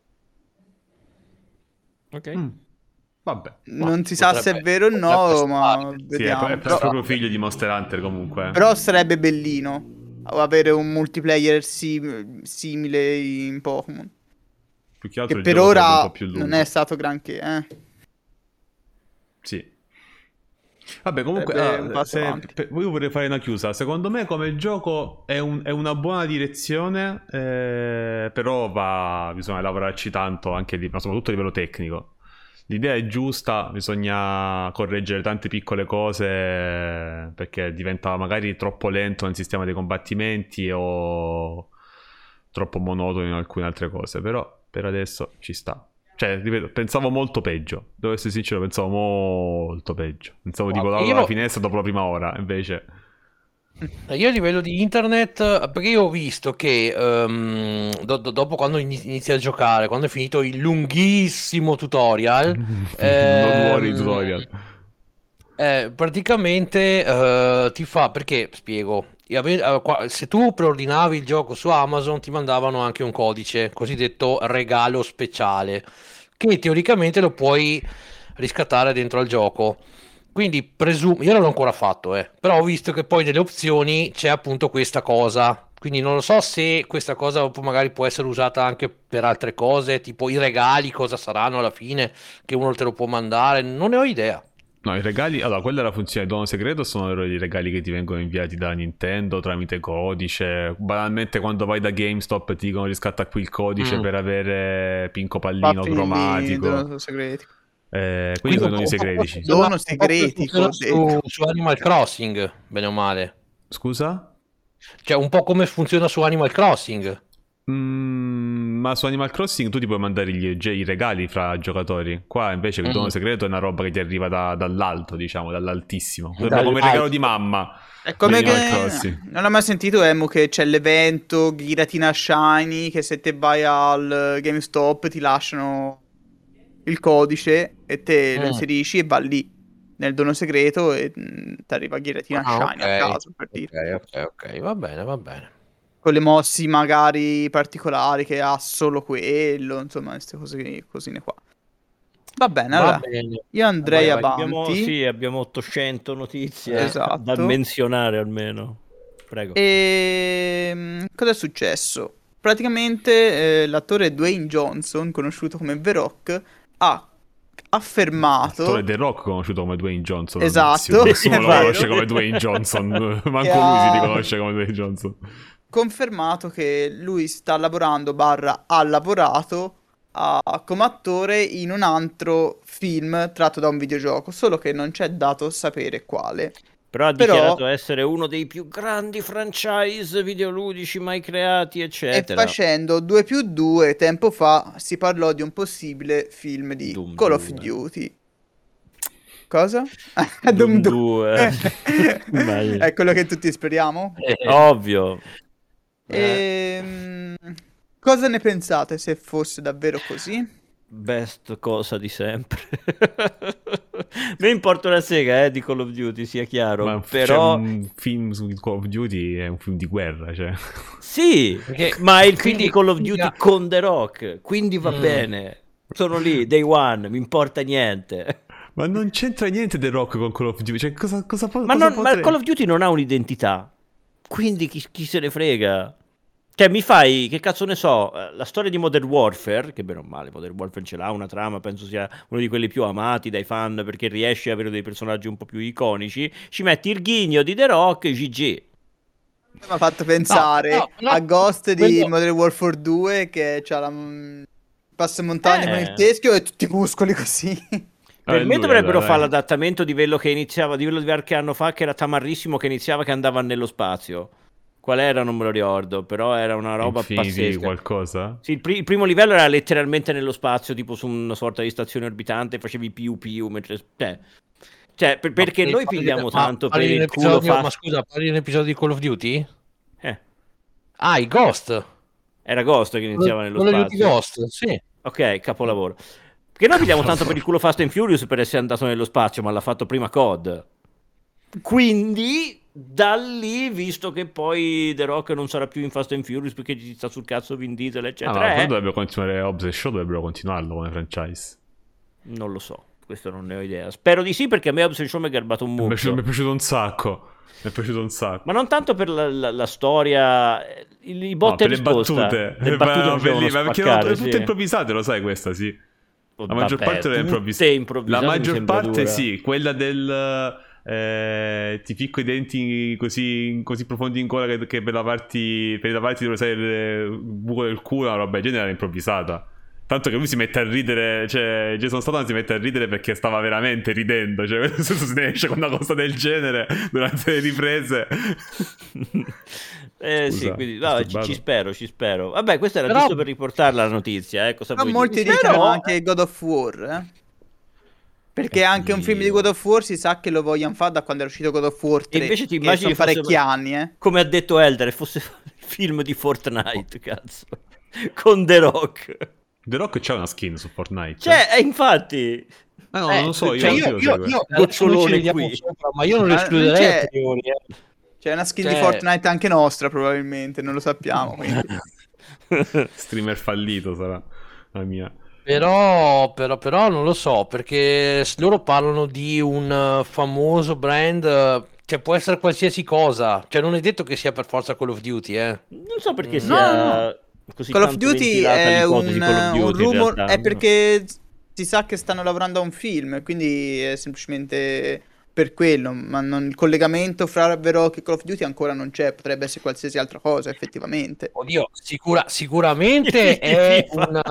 Ok. Vabbè. Non si sa se è vero o no, ma vediamo. Sì, è proprio figlio di Monster Hunter comunque. Però sarebbe bellino avere un multiplayer simile in Pokémon. Più che altro Che il per gioco sarebbe un ora po' più lungo. non è stato granché, Sì. Vabbè, comunque, Sarebbe un passo avanti. io vorrei fare una chiusa. Secondo me, come gioco è una buona direzione, però bisogna lavorarci tanto anche lì, ma soprattutto a livello tecnico. L'idea è giusta, bisogna correggere tante piccole cose perché diventa magari troppo lento nel sistema dei combattimenti o troppo monotono in alcune altre cose, però per adesso ci sta. Cioè, ripeto, pensavo molto peggio. Devo essere sincero, pensavo molto peggio. Pensavo tipo la finestra dopo la prima ora, invece... Io a livello di internet, perché io ho visto che dopo quando inizi a giocare, quando è finito il lunghissimo tutorial, non muori tutorial. Praticamente ti fa, perché spiego, se tu preordinavi il gioco su Amazon ti mandavano anche un codice, cosiddetto regalo speciale, che teoricamente lo puoi riscattare dentro al gioco. Quindi presumo, io non l'ho ancora fatto, però ho visto che poi nelle opzioni c'è appunto questa cosa. Quindi non lo so se questa cosa magari può essere usata anche per altre cose, tipo i regali, cosa saranno alla fine, che uno te lo può mandare, non ne ho idea. No, i regali, allora quella è la funzione del dono segreto, sono i regali che ti vengono inviati da Nintendo tramite codice. Banalmente quando vai da GameStop ti dicono riscatta qui il codice per avere Pinco Pallino cromatico. Dono segreti. Quindi sono doni segreti. Dono segreti su Animal Crossing, bene o male. Scusa? Cioè un po' come funziona su Animal Crossing. Ma su Animal Crossing tu ti puoi mandare i regali fra giocatori. Qua invece il dono segreto è una roba che ti arriva dall'alto, diciamo, dall'altissimo. Sembra come regalo di mamma. È come che non ho mai sentito, Emo, che c'è l'evento Giratina Shiny, che se te vai al GameStop ti lasciano il codice e te lo inserisci e va lì nel dono segreto e ti arriva Giratina Shiny a caso, per dire. Ok, va bene. Con le mossi magari particolari che ha solo quello, insomma, queste cosine qua. Va bene, allora io andrei avanti. Abbiamo 800 notizie esatto. da menzionare almeno. Prego. E cosa è successo? Praticamente l'attore Dwayne Johnson, conosciuto come The Rock, ha affermato... L'attore The Rock conosciuto come Dwayne Johnson. Esatto. Nessuno lo conosce come Dwayne Johnson. Manco lui si riconosce come Dwayne Johnson. Confermato che lui sta lavorando ha lavorato come attore in un altro film tratto da un videogioco, solo che non c'è dato sapere quale. Però ha dichiarato essere uno dei più grandi franchise videoludici mai creati, eccetera. E facendo 2+2 tempo fa si parlò di un possibile film di Call of Duty. Cosa? Doom Doom 2. È quello che tutti speriamo. Ovvio. Cosa ne pensate se fosse davvero così? Best cosa di sempre. Mi importa una sega di Call of Duty, sia chiaro. Ma però un film su Call of Duty è un film di guerra, cioè. sì, Perché- ma è il film quindi- di Call of Duty quindi- con The Rock, quindi va bene. Sono lì, day one, mi importa niente. Ma non c'entra niente The Rock con Call of Duty. Cioè, cosa Ma Call of Duty non ha un'identità, quindi chi se ne frega? Cioè, mi fai, che cazzo ne so, la storia di Modern Warfare, che bene o male, Modern Warfare ce l'ha una trama, penso sia uno di quelli più amati dai fan perché riesce ad avere dei personaggi un po' più iconici, ci metti il ghigno di The Rock e GG. Mi ha fatto pensare no, a Ghost di quello- Modern Warfare 2 che c'ha la passamontagna con il Eh. teschio e tutti i muscoli così. Per me lui, dovrebbero allora, fare l'adattamento di quello che iniziava, di quello di qualche anno fa, che era tamarrissimo, che iniziava che andava nello spazio. Qual era? Non me lo ricordo, però era una roba Infinity pazzesca. qualcosa? Sì, il primo livello era letteralmente nello spazio, tipo su una sorta di stazione orbitante, facevi piu piu mentre... perché noi pigliamo tanto per il culo Ma scusa, parli di un episodio di Call of Duty? Eh, Ah, i Ghost. era Ghost che iniziava nello Call of Duty spazio. Ghost, sì. Ok, capolavoro. Perché noi pigliamo tanto per il culo Fast and Furious per essere andato nello spazio, ma l'ha fatto prima COD. Quindi, da lì, visto che poi The Rock non sarà più in Fast and Furious perché ci sta sul cazzo Vin Diesel, Ah, eccetera, ma però dovrebbero continuare Hobbs e Shaw, dovrebbero continuarlo come franchise. non lo so, questo non ne ho idea. Spero di sì, perché a me Hobbs Shaw mi è garbato un Mi è mucchio. piaciuto un sacco. Mi è piaciuto un sacco. Ma non tanto per la storia, i botte per e le risposta. battute. Le battute Ma facevano ma perché spaccare, erano tutte sì. improvvisate, lo sai questa, sì. La maggior Vabbè, parte era tutte improvvisata. improvvisate, La mi maggior sembra parte dura. sì, quella del ti ficco i denti così profondi in gola che per lavarti dove sai il buco del culo, una roba del genere era improvvisata. Tanto che lui si mette a ridere, cioè Jason Statham si mette a ridere perché stava veramente ridendo, cioè se ne esce con una cosa del genere durante le riprese. Sì, Scusa, quindi ci spero. Vabbè, questa era Però- giusto per riportarla la notizia, cosa Però vuoi molti dire? dicono Però, anche God of War, perché anche un film di God of War si sa che lo vogliono fare da quando è uscito God of War 3. e invece ti che immagini sono fosse, parecchi anni, come ha detto Elder, fosse il film di Fortnite, cazzo, con The Rock. The Rock c'ha una skin su Fortnite. Cioè, infatti... No, non lo so, io cioè non lo seguo. Gocciolone non ci vediamo qui. sopra, ma io non Ma escluderei non c'è- a priori, C'è una skin di Cioè- Fortnite anche nostra, probabilmente, non lo sappiamo. Quindi. Streamer fallito sarà la mia. Però non lo so, perché loro parlano di un famoso brand, cioè può essere qualsiasi cosa, cioè non è detto che sia per forza Call of Duty, Non so perché No, sia no. così Call of tanto Duty ventilata è l'ipotesi Call of un Duty, in rumor, realtà. è perché si sa che stanno lavorando a un film, quindi è semplicemente per quello, ma il collegamento fra The Rock e Call of Duty ancora non c'è, potrebbe essere qualsiasi altra cosa, effettivamente. Oddio, sicuramente è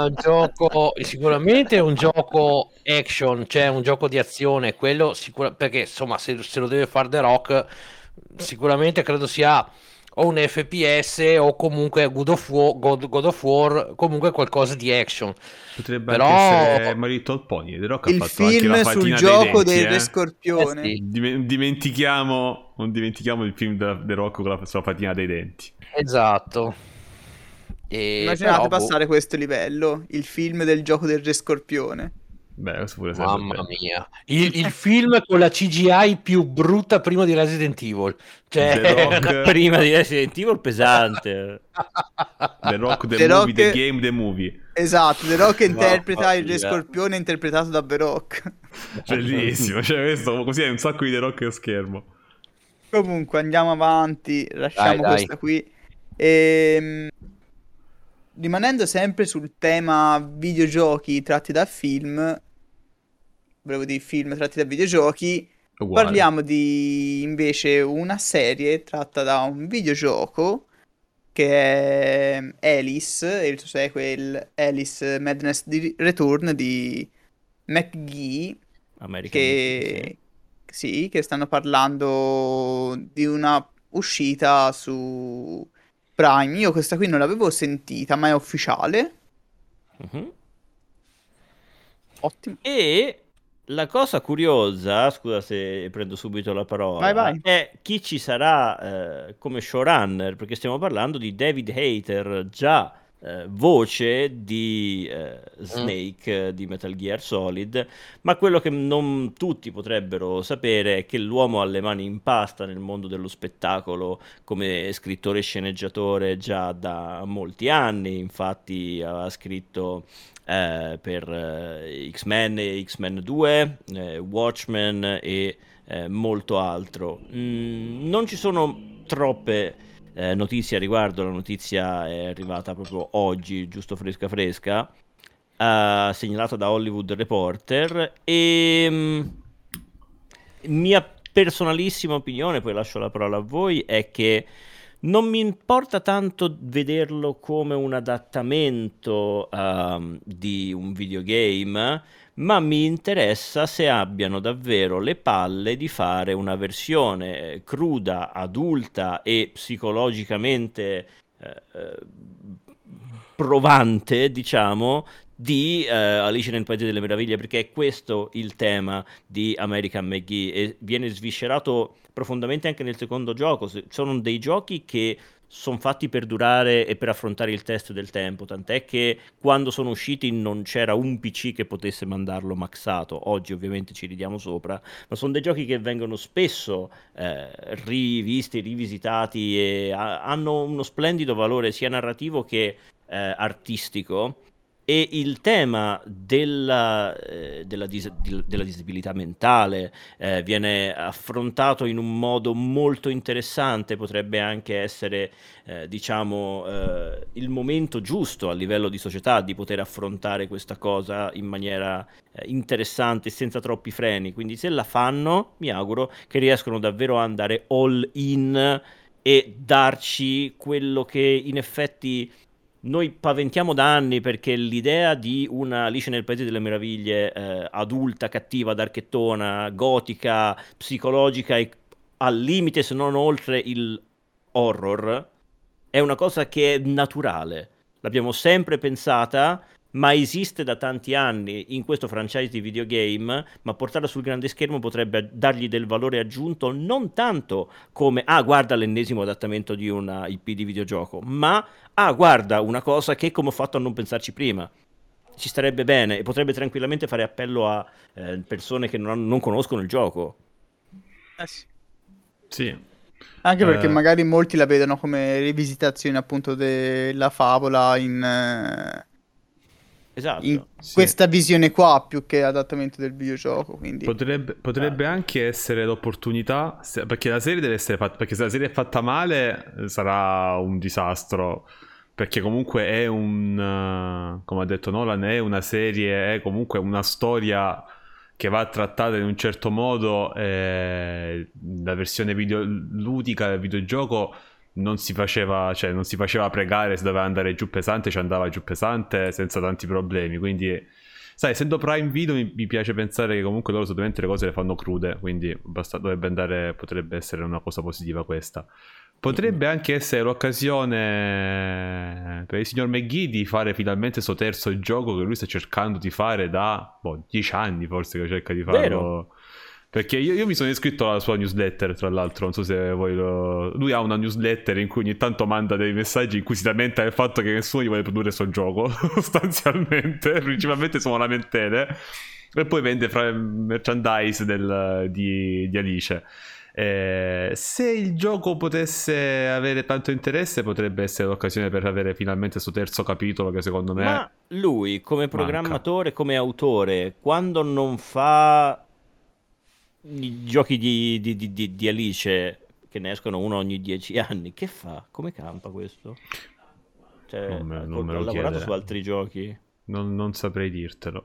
sicuramente è un gioco action, cioè un gioco di azione, quello perché insomma se lo deve fare The Rock, sicuramente credo sia o un FPS o comunque God of War, comunque qualcosa di action. Potrebbe Però- anche essere My Little Pony. The Rock ha Il fatto anche film la sul fatina gioco dei denti, del Re Scorpione. sì. Non dimentichiamo il film The Rock con la sua fatina dei denti. Esatto. Immaginate Però, passare questo livello, il film del gioco del Re Scorpione. Beh, questo pure sarebbe mamma bello. mia, il film con la CGI più brutta prima di Resident Evil, cioè The Rock, Prima di Resident Evil pesante. The Rock, The The Movie, Rock- The Game, The Movie. Esatto, The Rock interpreta Mamma il Re mia. Scorpione interpretato da The Rock. Bellissimo, cioè questo così hai un sacco di The Rock a schermo. Comunque andiamo avanti, lasciamo Dai. questa qui. Rimanendo sempre sul tema videogiochi tratti da film, volevo dire film tratti da videogiochi, Uguale. parliamo di invece una serie tratta da un videogioco che è Alice e il suo sequel Alice Madness Return di McGee, American che sì, che stanno parlando di una uscita su Prime. Io questa qui non l'avevo sentita, ma è ufficiale. Mhm. Ottimo. E La cosa curiosa, scusa se prendo subito la parola, Vai. è chi ci sarà come showrunner, perché stiamo parlando di David Hayter, già voce di Snake di Metal Gear Solid, ma quello che non tutti potrebbero sapere è che l'uomo ha le mani in pasta nel mondo dello spettacolo come scrittore e sceneggiatore già da molti anni, infatti ha scritto per X-Men e X-Men 2, Watchmen e molto altro. Non ci sono troppe notizie a riguardo, la notizia è arrivata proprio oggi, giusto fresca fresca, segnalata da Hollywood Reporter e mia personalissima opinione, poi lascio la parola a voi, è che non mi importa tanto vederlo come un adattamento di un videogame, ma mi interessa se abbiano davvero le palle di fare una versione cruda, adulta e psicologicamente provante, diciamo, di Alice nel Paese delle Meraviglie, perché è questo il tema di American McGee e viene sviscerato profondamente anche nel secondo gioco. Sono dei giochi che sono fatti per durare e per affrontare il test del tempo, tant'è che quando sono usciti non c'era un PC che potesse mandarlo maxato. Oggi ovviamente ci ridiamo sopra, ma sono dei giochi che vengono spesso rivisti, rivisitati e hanno uno splendido valore sia narrativo che artistico. E il tema della disabilità mentale viene affrontato in un modo molto interessante, potrebbe anche essere, diciamo, il momento giusto a livello di società di poter affrontare questa cosa in maniera interessante, senza troppi freni. Quindi se la fanno, mi auguro che riescano davvero a andare all in e darci quello che in effetti noi paventiamo da anni, perché l'idea di una Alice nel Paese delle Meraviglie adulta, cattiva, darkettona, gotica, psicologica e al limite se non oltre il horror è una cosa che è naturale. L'abbiamo sempre pensata, ma esiste da tanti anni in questo franchise di videogame, ma portarla sul grande schermo potrebbe dargli del valore aggiunto, non tanto come, ah, guarda l'ennesimo adattamento di una IP di videogioco, ma, ah, guarda una cosa che come ho fatto a non pensarci prima. Ci starebbe bene e potrebbe tranquillamente fare appello a persone che non conoscono il gioco. Sì. Sì. Anche perché magari molti la vedono come rivisitazione appunto della favola Esatto. in Sì. questa visione qua più che adattamento del videogioco, quindi Potrebbe anche essere l'opportunità, perché la serie deve essere fatta, perché se la serie è fatta male sarà un disastro, perché comunque è come ha detto Nolan, è una serie, è comunque una storia che va trattata in un certo modo, la versione ludica del videogioco non si faceva pregare, se doveva andare giù pesante ci andava giù pesante senza tanti problemi, quindi sai, essendo Prime Video mi piace pensare che comunque loro solitamente le cose le fanno crude, quindi potrebbe essere una cosa positiva questa. Potrebbe anche essere l'occasione per il signor McGee di fare finalmente questo terzo gioco che lui sta cercando di fare da 10 anni forse che cerca di farlo. Vero. Perché io mi sono iscritto alla sua newsletter, tra l'altro, non so se voi lui ha una newsletter in cui ogni tanto manda dei messaggi in cui si lamenta del fatto che nessuno gli vuole produrre il suo gioco, sostanzialmente, principalmente sono lamentele, e poi vende merchandise di Alice. Se il gioco potesse avere tanto interesse potrebbe essere l'occasione per avere finalmente questo terzo capitolo che secondo me ma lui come programmatore, come autore, quando non fa i giochi di Alice che ne escono uno ogni 10 anni, che fa? Come campa questo? Cioè, non me ha lo lavorato chiedere. su altri giochi? Non saprei dirtelo.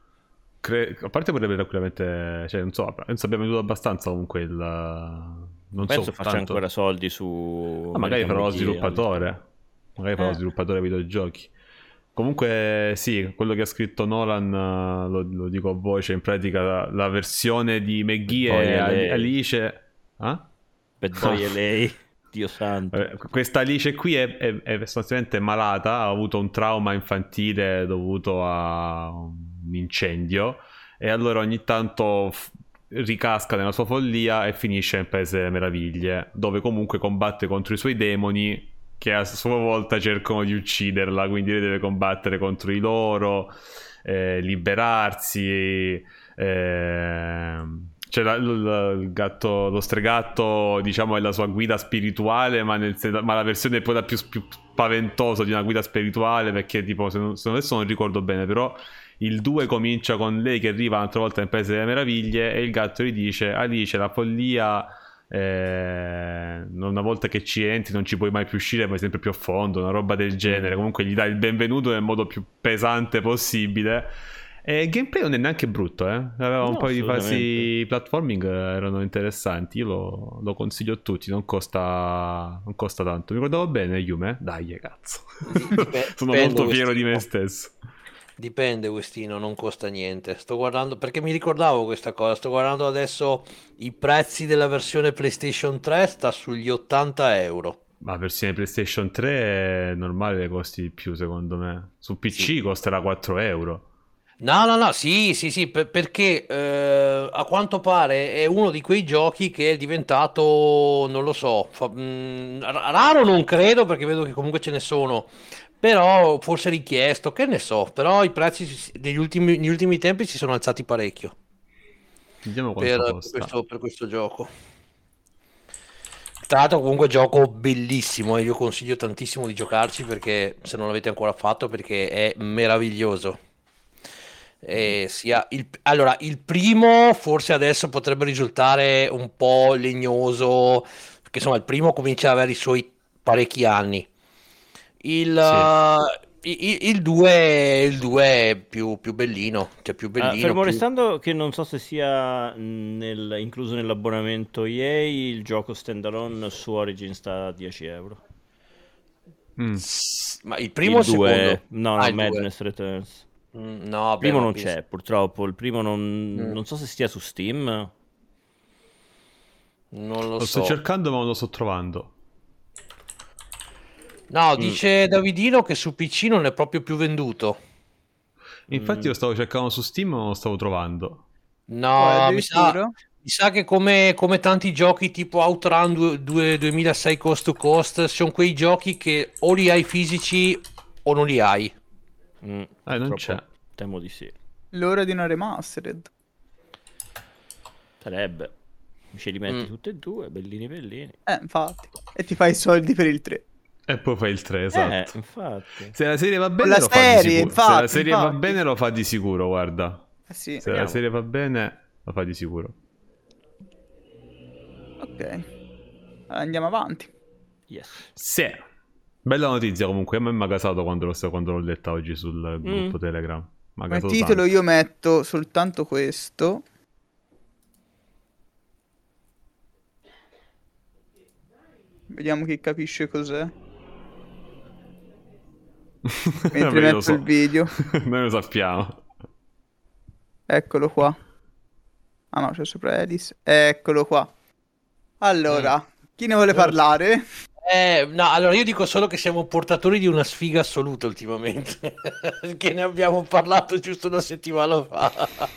A parte potrebbe tranquillamente, cioè non so, penso abbia venduto abbastanza comunque il non Penso so faccia tanto. ancora soldi su Magari American farò lo McGee sviluppatore. Magari farò lo sviluppatore videogiochi. Comunque sì, quello che ha scritto Nolan, lo dico a voce, in pratica la versione di McGee e Alice. Bad Boy e lei, Dio santo. Questa Alice qui è sostanzialmente malata, ha avuto un trauma infantile dovuto a un incendio e allora ogni tanto ricasca nella sua follia e finisce in Paese delle Meraviglie, dove comunque combatte contro i suoi demoni che a sua volta cercano di ucciderla, quindi lei deve combattere contro i loro, liberarsi. C'è il gatto, lo stregatto, diciamo, è la sua guida spirituale, ma la versione poi più spaventosa di una guida spirituale, perché tipo, se adesso non ricordo bene, però il 2 comincia con lei che arriva un'altra volta nel Paese delle Meraviglie e il gatto gli dice: Alice, la follia, una volta che ci entri non ci puoi mai più uscire, vai sempre più a fondo, una roba del genere. Comunque gli dà il benvenuto nel modo più pesante possibile. E il gameplay non è neanche brutto, aveva un po' di fasi platforming, erano interessanti. Io lo consiglio a tutti, non costa tanto. Mi ricordavo bene, Yume? Dai, cazzo. Sono molto fiero di me stesso. Dipende, Westino, non costa niente. Sto guardando, perché mi ricordavo questa cosa, sto guardando adesso i prezzi della versione PlayStation 3, sta sugli 80 euro. Ma la versione PlayStation 3 è normale che costi di più, secondo me. Su PC costerà 4 euro. No, sì, perché a quanto pare è uno di quei giochi che è diventato, non lo so, raro non credo, perché vedo che comunque ce ne sono, però forse richiesto, che ne so, però i prezzi negli ultimi tempi si sono alzati parecchio. Vediamo quanto costa. Per questo gioco. Tra l'altro comunque gioco bellissimo e io consiglio tantissimo di giocarci, perché se non l'avete ancora fatto, perché è meraviglioso. Allora, il primo forse adesso potrebbe risultare un po' legnoso, perché insomma il primo comincia ad avere i suoi parecchi anni. Il 2 è più bellino, cioè più bellino. Fermo restando che non so se sia incluso nell'abbonamento EA, il gioco standalone su Origin sta a 10 euro. Ma il primo o il secondo? No, Madness Returns. No, il primo non c'è, purtroppo. Il primo non so se stia su Steam. Non lo so. Lo sto cercando, ma non lo sto trovando. No, dice Davidino che su PC non è proprio più venduto. Infatti io stavo cercando su Steam, ma non lo stavo trovando. No, mi sa che come tanti giochi tipo Outrun 2006 Coast to Coast, sono quei giochi che o li hai fisici o non li hai. Non c'è. Temo di sì. L'ora di una remastered. Sarebbe. Ce li metti tutti e due, bellini. Infatti. E ti fai i soldi per il 3. E poi fai il 3, esatto. Infatti. Se la serie va bene lo fa di sicuro. Se la serie va bene lo fa di sicuro, guarda. Sì. Se la serie va bene lo fa di sicuro. Ok. Andiamo avanti. Yes. Sì. Bella notizia comunque, a me mi ha gasato quando l'ho letta oggi sul gruppo Telegram. Come titolo io metto soltanto questo. Vediamo chi capisce cos'è. Mentre metto il video. Noi lo sappiamo. Eccolo qua. Ah no, c'è sopra Alice. Eccolo qua. Allora, chi ne vuole parlare? No, allora io dico solo che siamo portatori di una sfiga assoluta ultimamente, che ne abbiamo parlato giusto una settimana fa.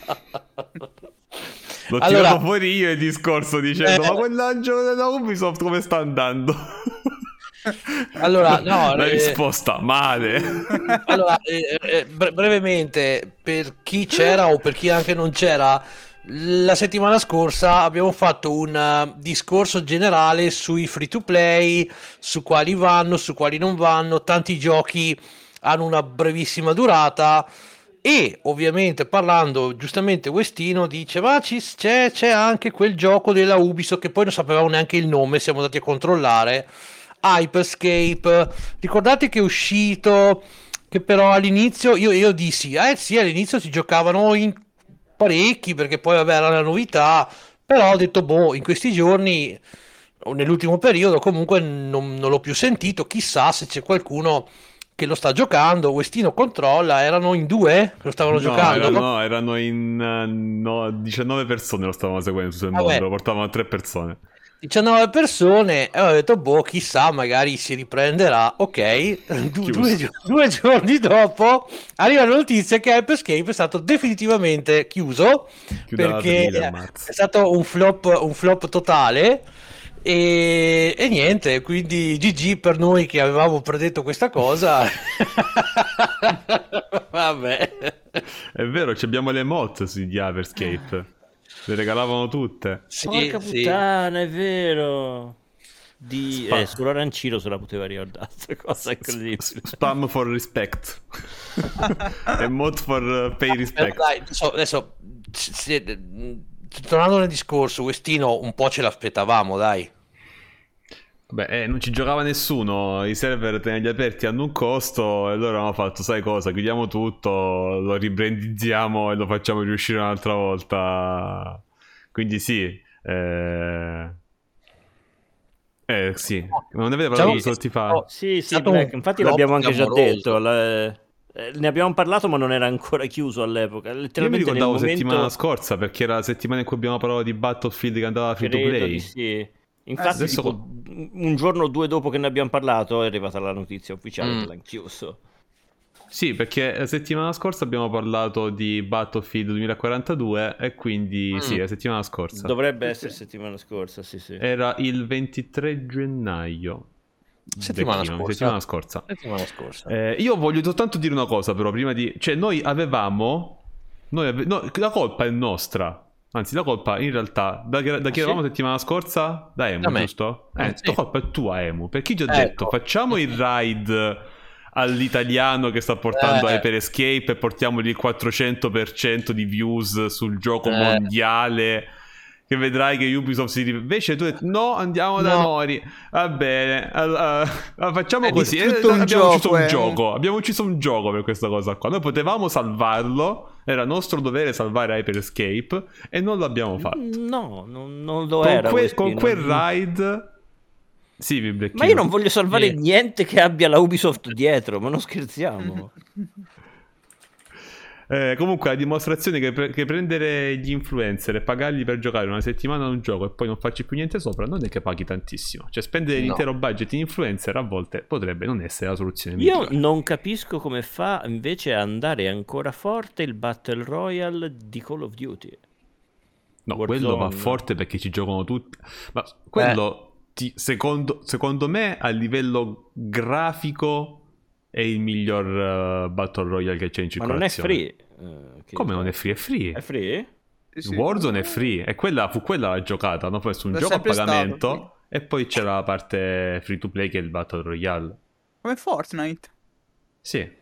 L'ho tirato fuori io il discorso dicendo ma quell'angelo della Ubisoft come sta andando? Allora, no, la risposta male. Allora, brevemente, per chi c'era o per chi anche non c'era, la settimana scorsa abbiamo fatto un discorso generale sui free to play, su quali vanno, su quali non vanno. Tanti giochi hanno una brevissima durata e ovviamente parlando giustamente Westino dice ma c'è anche quel gioco della Ubisoft che poi non sapevamo neanche il nome, siamo andati a controllare, Hyperscape. Ricordate che è uscito, che però all'inizio io dissi sì, all'inizio si giocavano in parecchi perché poi vabbè era la novità, però ho detto in questi giorni o nell'ultimo periodo comunque non l'ho più sentito, chissà se c'è qualcuno che lo sta giocando. Westino controlla, erano in 2 che lo stavano giocando? Erano in 19 persone lo stavano seguendo sul mondo, lo portavano a 3 persone. 19 persone, e ho detto, boh, chissà, magari si riprenderà. Ok, due giorni dopo arriva la notizia che Hyperscape è stato definitivamente chiuso, perché è stato un flop totale. E niente, quindi GG per noi che avevamo predetto questa cosa. Vabbè, è vero, abbiamo le mod di Hyperscape. Le regalavano tutte. Sì, porca puttana, è vero. Sull'arancino se la poteva ricordare. Cosa incredibile. Spam for respect. E mod for pay respect. Dai, adesso tornando nel discorso, questino un po' ce l'aspettavamo, dai. Beh, non ci giocava nessuno, i server tenerli aperti hanno un costo e allora hanno fatto, sai cosa, chiudiamo tutto, lo ribrandizziamo e lo facciamo riuscire un'altra volta. Quindi sì, sì, non ne avete parlato soldi fa? Sì, Black, infatti l'abbiamo anche già detto, ne abbiamo parlato ma non era ancora chiuso all'epoca. Io mi ricordavo settimana scorsa perché era la settimana in cui abbiamo parlato di Battlefield che andava free to play. Sì. Infatti un giorno o due dopo che ne abbiamo parlato è arrivata la notizia ufficiale che l'hanno chiuso. Sì, perché la settimana scorsa abbiamo parlato di Battlefield 2042 e quindi sì, la settimana scorsa. Dovrebbe essere settimana scorsa, sì. Era il 23 gennaio. Settimana scorsa. Io voglio soltanto dire una cosa però prima di... Cioè noi avevamo... la colpa è nostra. Anzi, la colpa in realtà da chi eravamo settimana scorsa? Da Emu, giusto? La colpa è tua, Emu. Perché ti ho detto, facciamo il raid all'italiano che sta portando Hyper Escape e portiamogli il 400% di views sul gioco mondiale, che vedrai che Ubisoft si invece tu hai detto, no, andiamo da Nori. Va bene, facciamo così. Abbiamo ucciso un gioco per questa cosa qua. Noi potevamo salvarlo, era nostro dovere salvare Hyper Escape e non l'abbiamo fatto. No, non lo era. Con quel raid... Sì, ma io non voglio salvare niente che abbia la Ubisoft dietro, ma non scherziamo. Comunque la dimostrazione che prendere gli influencer e pagarli per giocare una settimana a un gioco e poi non farci più niente sopra non è che paghi tantissimo. Cioè spendere l'intero budget in influencer a volte potrebbe non essere la soluzione migliore. Io non capisco come fa invece a andare ancora forte il Battle Royale di Call of Duty. No, quello va forte perché ci giocano tutti. Ma quello... Secondo me a livello grafico è il miglior Battle Royale che c'è in circolazione. Ma non è free? Come non è free? È free. È free? Sì. Warzone è free e fu quella la giocata, no? Poi su un gioco a pagamento e poi c'era la parte free to play che è il Battle Royale. Come Fortnite? Sì.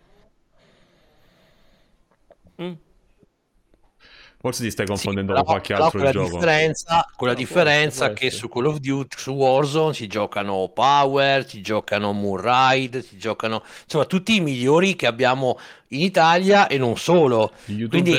Forse ti stai confondendo con qualche altro gioco. Con la differenza che su Call of Duty, su Warzone si giocano Power, si giocano Moonride, si giocano insomma tutti i migliori che abbiamo in Italia e non solo. Quindi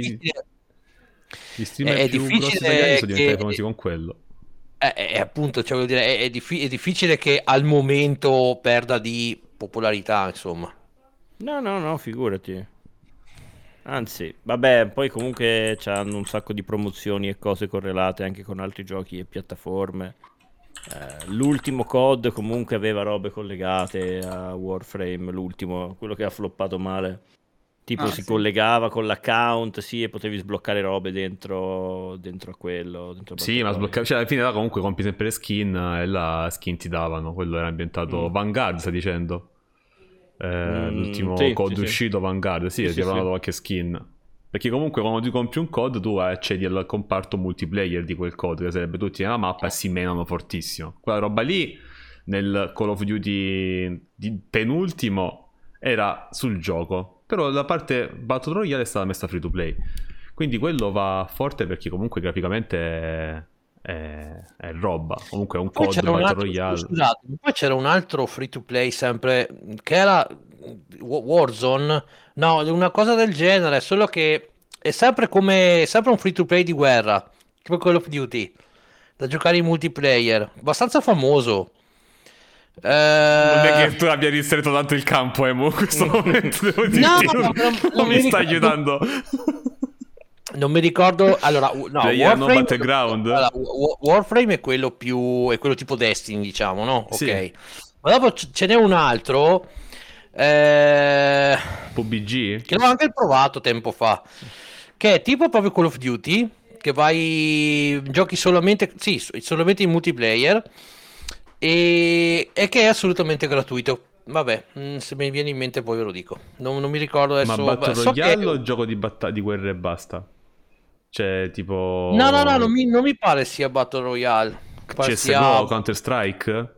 gli streamer più grossi italiani sono diventati famosi con quello. Appunto, cioè, vuol dire, è difficile che al momento perda di popolarità, insomma. No, figurati. Anzi, vabbè, poi comunque hanno un sacco di promozioni e cose correlate anche con altri giochi e piattaforme. L'ultimo COD comunque aveva robe collegate a Warframe, l'ultimo, quello che ha floppato male. Tipo si collegava con l'account, e potevi sbloccare robe dentro a quello. Sì, ma sbloccare, cioè alla fine là comunque compi sempre le skin e la skin ti davano. Quello era ambientato Vanguard, stai dicendo? L'ultimo COD uscito Vanguard, ti avevano qualche skin. Perché comunque quando ti compri un COD tu accedi al comparto multiplayer di quel COD, che sarebbe tutti nella mappa e si menano fortissimo. Quella roba lì nel Call of Duty di penultimo era sul gioco, però la parte Battle Royale è stata messa free to play, quindi quello va forte perché comunque graficamente è roba, comunque è un COD Battle Royale. Scusate, poi c'era un altro free to play sempre che era Warzone, no, una cosa del genere, solo che è sempre un free to play di guerra, come Call of Duty, da giocare in multiplayer, abbastanza famoso. Non è che tu abbia ristretto tanto il campo, Emo, in questo momento devo dirti, non mi sta aiutando. Non mi ricordo. Allora, no, Warframe, Battleground. Allora, Warframe è quello è quello tipo Destiny, diciamo, no? Ok. Sì. Ma dopo ce n'è un altro. PUBG? Che l'ho anche provato tempo fa. Che è tipo proprio Call of Duty. Che giochi solamente. Sì, solamente in multiplayer. E che è assolutamente gratuito. Vabbè, se mi viene in mente poi ve lo dico. Non mi ricordo adesso. Ma Battle Royale o gioco di guerra e basta? Cioè, tipo... No, non mi pare sia Battle Royale. Pare CSGO, Counter Strike,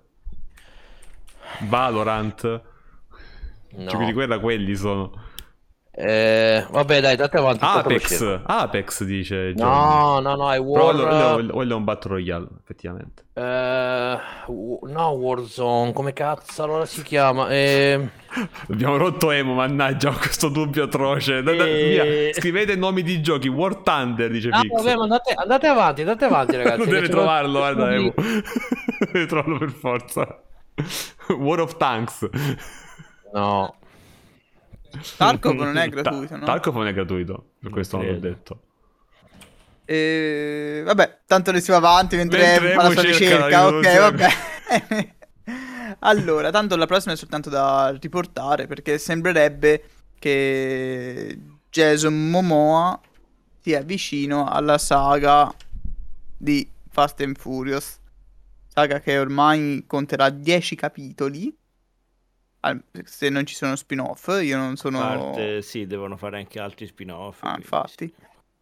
Valorant. Giochi di guerra quelli sono. Vabbè, dai, date avanti. Apex dice. No, è War. Quello è un Battle Royale, effettivamente. No, Warzone, come cazzo allora si chiama? Abbiamo rotto Emo, mannaggia, ho questo dubbio atroce. Via, scrivete nomi di giochi. War Thunder, dice Pix. Vabbè, ma andate avanti, ragazzi. Non deve trovarlo, guarda, Emo. Deve trovarlo per forza. War of Tanks. No. Tarkov non è gratuito, no? Tarkov non è gratuito, per questo non l'ho detto. Vabbè, tanto ne si va avanti mentre fa la sua ricerca. Ok, vabbè. Allora, tanto la prossima è soltanto da riportare, perché sembrerebbe che Jason Momoa sia vicino alla saga di Fast and Furious. Saga che ormai conterà 10 capitoli. Se non ci sono spin-off, io non sono... sì, devono fare anche altri spin-off. Infatti.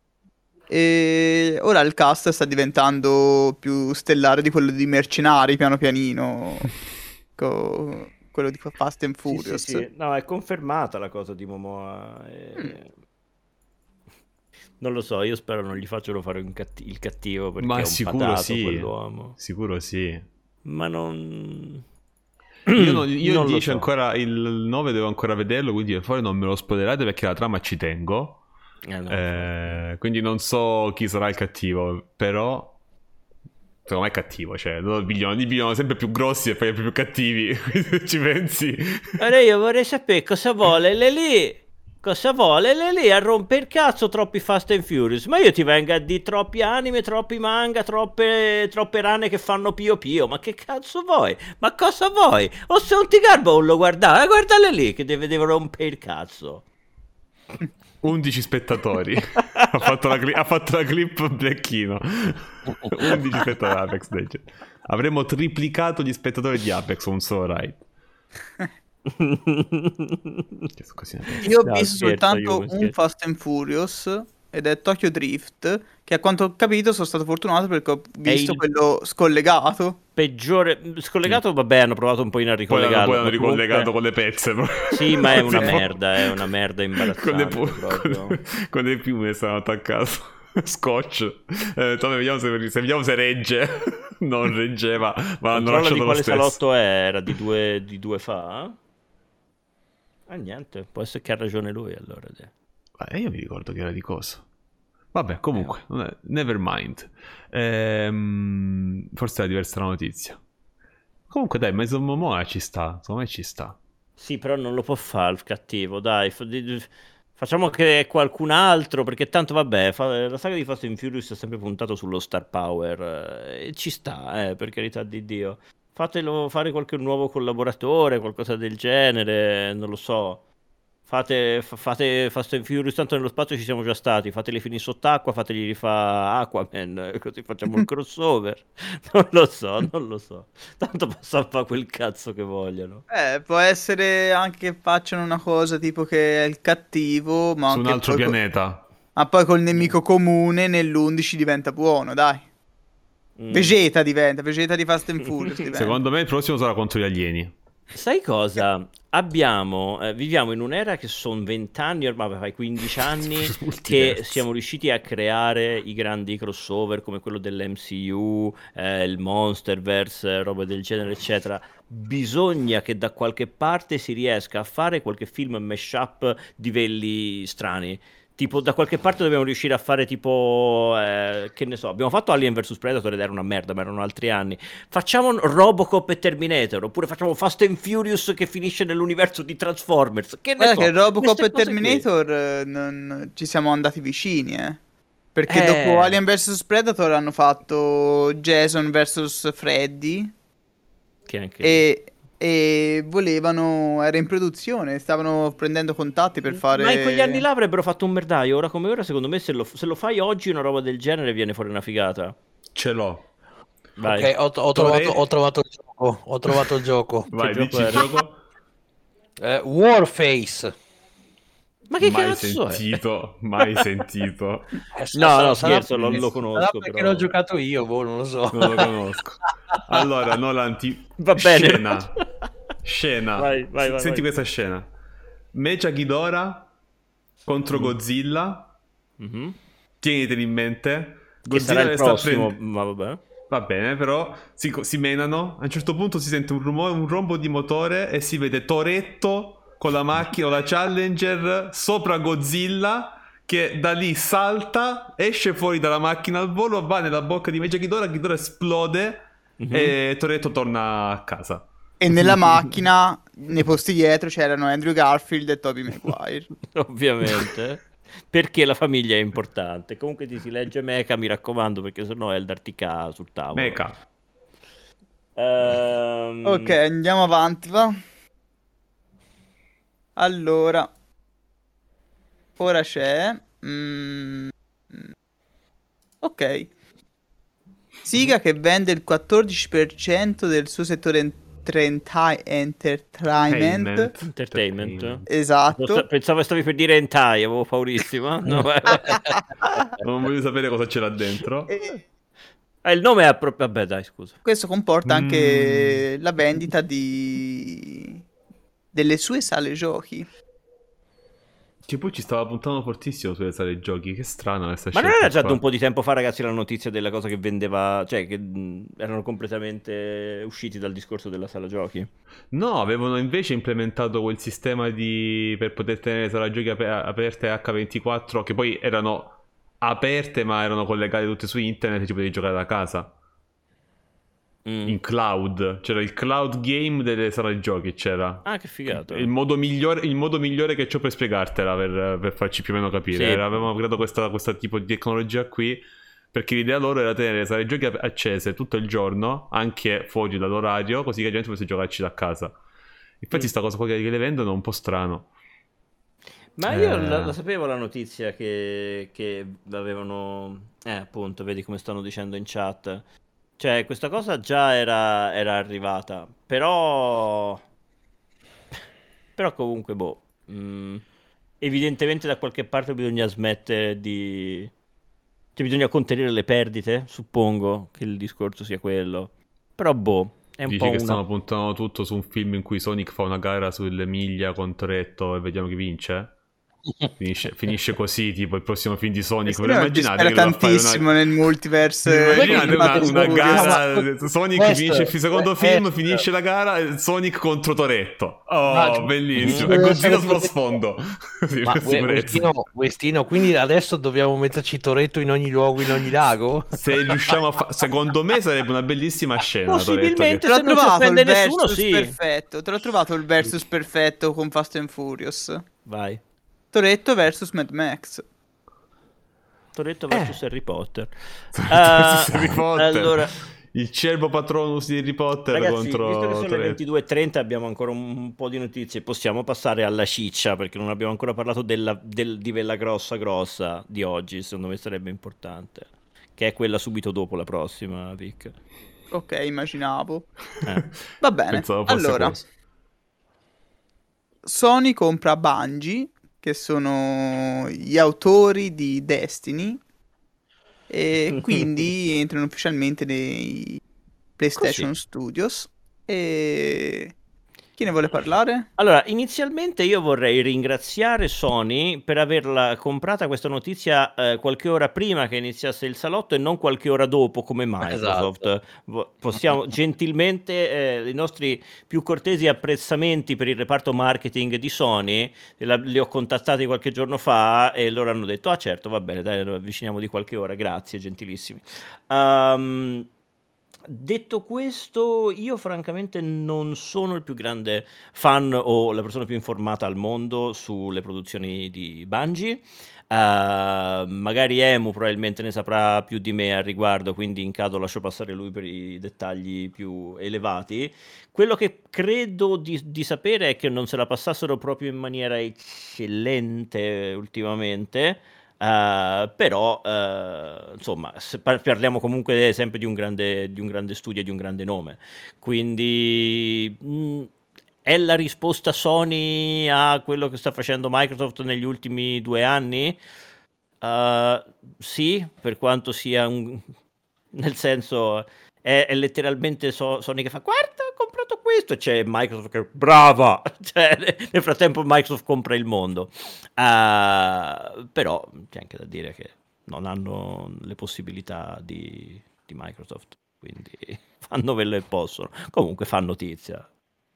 E ora il cast sta diventando più stellare di quello di Mercenari, piano pianino. Quello di Fast and Furious. Sì. No, è confermata la cosa di Momoa. Non lo so, io spero non gli facciano fare il cattivo, perché ma è un sicuro patato sì. Quell'uomo. Sicuro sì. Ma non... Io il 10 so. ancora, il 9 devo ancora vederlo, quindi fuori non me lo spoilerate perché la trama ci tengo. Quindi non so chi sarà il cattivo, però secondo me è cattivo, cioè loro li sempre più grossi e poi più cattivi. Quindi ci pensi. Allora io vorrei sapere cosa vuole lì. Cosa vuole lì a romper cazzo troppi Fast and Furious? Ma io ti vengo a dire troppi anime, troppi manga, troppe rane che fanno pio pio. Ma che cazzo vuoi? Ma cosa vuoi? O se non ti garbo non lo guardare, guardale lì che devo rompere il cazzo. 11 spettatori. ha fatto la clip Blecchino. 11 spettatori Apex Legends. Avremmo triplicato gli spettatori di Apex on So Right. Io ho visto soltanto un Fast and Furious ed è Tokyo Drift, che a quanto ho capito sono stato fortunato perché ho visto quello scollegato. Peggiore scollegato, vabbè, hanno provato un po' a ricollegarlo. Poi hanno ricollegato con le pezze. Sì, ma è una merda imbarazzante. Con le piume sono attaccato. Scotch. Vediamo se regge. Non reggeva, ma hanno lasciato di lo quale stesso. salotto era di due fa? Niente, può essere che ha ragione lui allora. Io mi ricordo che era di cosa. Vabbè, comunque, never mind. Forse era diversa la notizia. Comunque dai, Jason Momoa ci sta, secondo me ci sta. Sì, però non lo può fare il cattivo, dai. Facciamo che è qualcun altro, perché tanto vabbè, la saga di Fast and Furious è sempre puntato sullo star power. E ci sta, per carità di Dio. Fatelo fare qualche nuovo collaboratore, qualcosa del genere, non lo so. Fate Fast and Furious, tanto nello spazio ci siamo già stati, fateli finire sott'acqua, fateli rifare Aquaman, così facciamo il crossover. Non lo so. Tanto possono fare quel cazzo che vogliono. Può essere anche che facciano una cosa tipo che è il cattivo, ma su un altro pianeta. Ma poi col nemico comune nell'11 diventa buono, dai. Vegeta di Fast and Furious diventa. Secondo me il prossimo sarà contro gli alieni. Sai cosa? Viviamo in un'era che sono 20 anni, ormai fai 15 anni che siamo riusciti a creare i grandi crossover come quello dell'MCU, il Monsterverse, roba del genere eccetera. Bisogna che da qualche parte si riesca a fare qualche film mashup di livelli strani. Tipo, da qualche parte dobbiamo riuscire a fare tipo, che ne so, abbiamo fatto Alien vs Predator ed era una merda, ma erano altri anni. Facciamo Robocop e Terminator, oppure facciamo Fast and Furious che finisce nell'universo di Transformers. Che ne so, che Robocop e Terminator ci siamo andati vicini, Perché dopo Alien vs Predator hanno fatto Jason vs Freddy. Che anche e volevano, era in produzione, stavano prendendo contatti per fare... Ma in quegli anni là avrebbero fatto un merdaio. Ora come ora, secondo me, se lo fai oggi una roba del genere viene fuori una figata. Ce l'ho. Vai. Ok, ho trovato il gioco. Ho trovato il gioco. Vai, Che dici il gioco? Warface. Ma che Mai cazzo sentito, mai sentito. No, scherzo, lo sarà conosco, perché però l'ho giocato io, non lo so. Non lo conosco. Allora, Nolan, Va bene. Scena. Vai, Senti vai. questa scena. Mecha Ghidorah contro Godzilla. Mhm. Tieniteli in mente. Che sarà il le sta prossimo, ma vabbè. Va bene, però si menano. A un certo punto si sente un rumore, un rombo di motore e si vede Toretto con la macchina o la Challenger sopra Godzilla che da lì salta, esce fuori dalla macchina al volo, va nella bocca di Mecha Ghidorah, Ghidorah esplode e Toretto torna a casa. E nella macchina, nei posti dietro, c'erano Andrew Garfield e Tobey Maguire. Ovviamente. Perché la famiglia è importante. Comunque ti si legge Mecha, mi raccomando, perché sennò Eldar ti ca sul tavolo. Mecha. Ok, andiamo avanti, va. Allora, ora c'è... Ok. Sega che vende il 14% del suo settore entertainment. Esatto. Pensavo stavi per dire hentai, avevo paurissimo. No, Non voglio sapere cosa c'è là dentro. Il nome è proprio... Vabbè, dai, scusa. Questo comporta anche la vendita delle sue sale giochi. Che poi ci stava puntando fortissimo sulle sale giochi. Che strana questa Ma scelta. non era già qua. da un po' di tempo fa, ragazzi, la notizia della cosa che vendeva... Cioè, che erano completamente usciti dal discorso della sala giochi? No, avevano invece implementato quel sistema per poter tenere le sale giochi aperte H24, che poi erano aperte ma erano collegate tutte su internet e ci potevi giocare da casa. In cloud. C'era il cloud game delle sale giochi, c'era. Ah, che figata. Il modo migliore che c'ho per spiegartela, per farci più o meno capire. Sì. Avevamo creato questo tipo di tecnologia qui, perché l'idea loro era tenere le sale giochi accese tutto il giorno, anche fuori dall'orario, così che la gente potesse giocarci da casa. Infatti sta cosa qua che le vendono è un po' strano. Ma io la sapevo la notizia che avevano... appunto, vedi come stanno dicendo in chat. Cioè, questa cosa già era arrivata, però comunque, evidentemente da qualche parte bisogna smettere di... Cioè, bisogna contenere le perdite, suppongo che il discorso sia quello. Però, è un Dici po' che una... stanno puntando tutto su un film in cui Sonic fa una gara sulle miglia con Toretto e vediamo chi vince? Finisce così, tipo il prossimo film di Sonic. Ve lo immaginate che spera tantissimo nel multiverse. Immaginate una gara Sonic finisce il secondo film, finisce la gara Sonic contro Toretto. Oh, bellissimo. E Godzilla sullo sfondo. Sì, Ma Westino, quindi adesso dobbiamo metterci Toretto in ogni luogo, in ogni lago? Se riusciamo secondo me sarebbe una bellissima scena. Possibilmente, Te l'ho se non ci trovato il offende nessuno, versus sì. perfetto. Te l'ho trovato il versus perfetto con Fast and Furious. Vai. Toretto versus Mad Max. Toretto versus Harry Potter. Harry Potter. Allora, il cervo patronus di Harry Potter ragazzi, contro visto che sono Toretto. le 22:30, abbiamo ancora un po' di notizie. Possiamo passare alla ciccia, perché non abbiamo ancora parlato di Vella Grossa di oggi. Secondo me sarebbe importante, che è quella subito dopo la prossima, Vic. Ok, immaginavo. Va bene. Pensavo fosse Allora, questo. Sony compra Bungie, che sono gli autori di Destiny, e quindi entrano ufficialmente nei PlayStation Studios. E chi ne vuole parlare? Allora, inizialmente io vorrei ringraziare Sony per averla comprata questa notizia qualche ora prima che iniziasse il salotto e non qualche ora dopo come Microsoft. Esatto. Possiamo gentilmente i nostri più cortesi apprezzamenti per il reparto marketing di Sony, li ho contattati qualche giorno fa e loro hanno detto: ah certo, va bene, dai, lo avviciniamo di qualche ora, grazie, gentilissimi. Detto questo, io francamente non sono il più grande fan o la persona più informata al mondo sulle produzioni di Bungie. Magari Emu probabilmente ne saprà più di me al riguardo, quindi in caso lascio passare lui per i dettagli più elevati. Quello che credo di sapere è che non se la passassero proprio in maniera eccellente ultimamente. Però insomma parliamo comunque sempre di un grande studio e di un grande nome, quindi è la risposta Sony a quello che sta facendo Microsoft negli ultimi 2 anni? Sì, per quanto sia un... nel senso è letteralmente Sony che fa guarda ho comprato questo, c'è Microsoft che brava, cioè, nel frattempo Microsoft compra il mondo. Però c'è anche da dire che non hanno le possibilità di Microsoft, quindi fanno quello che possono, comunque fa notizia.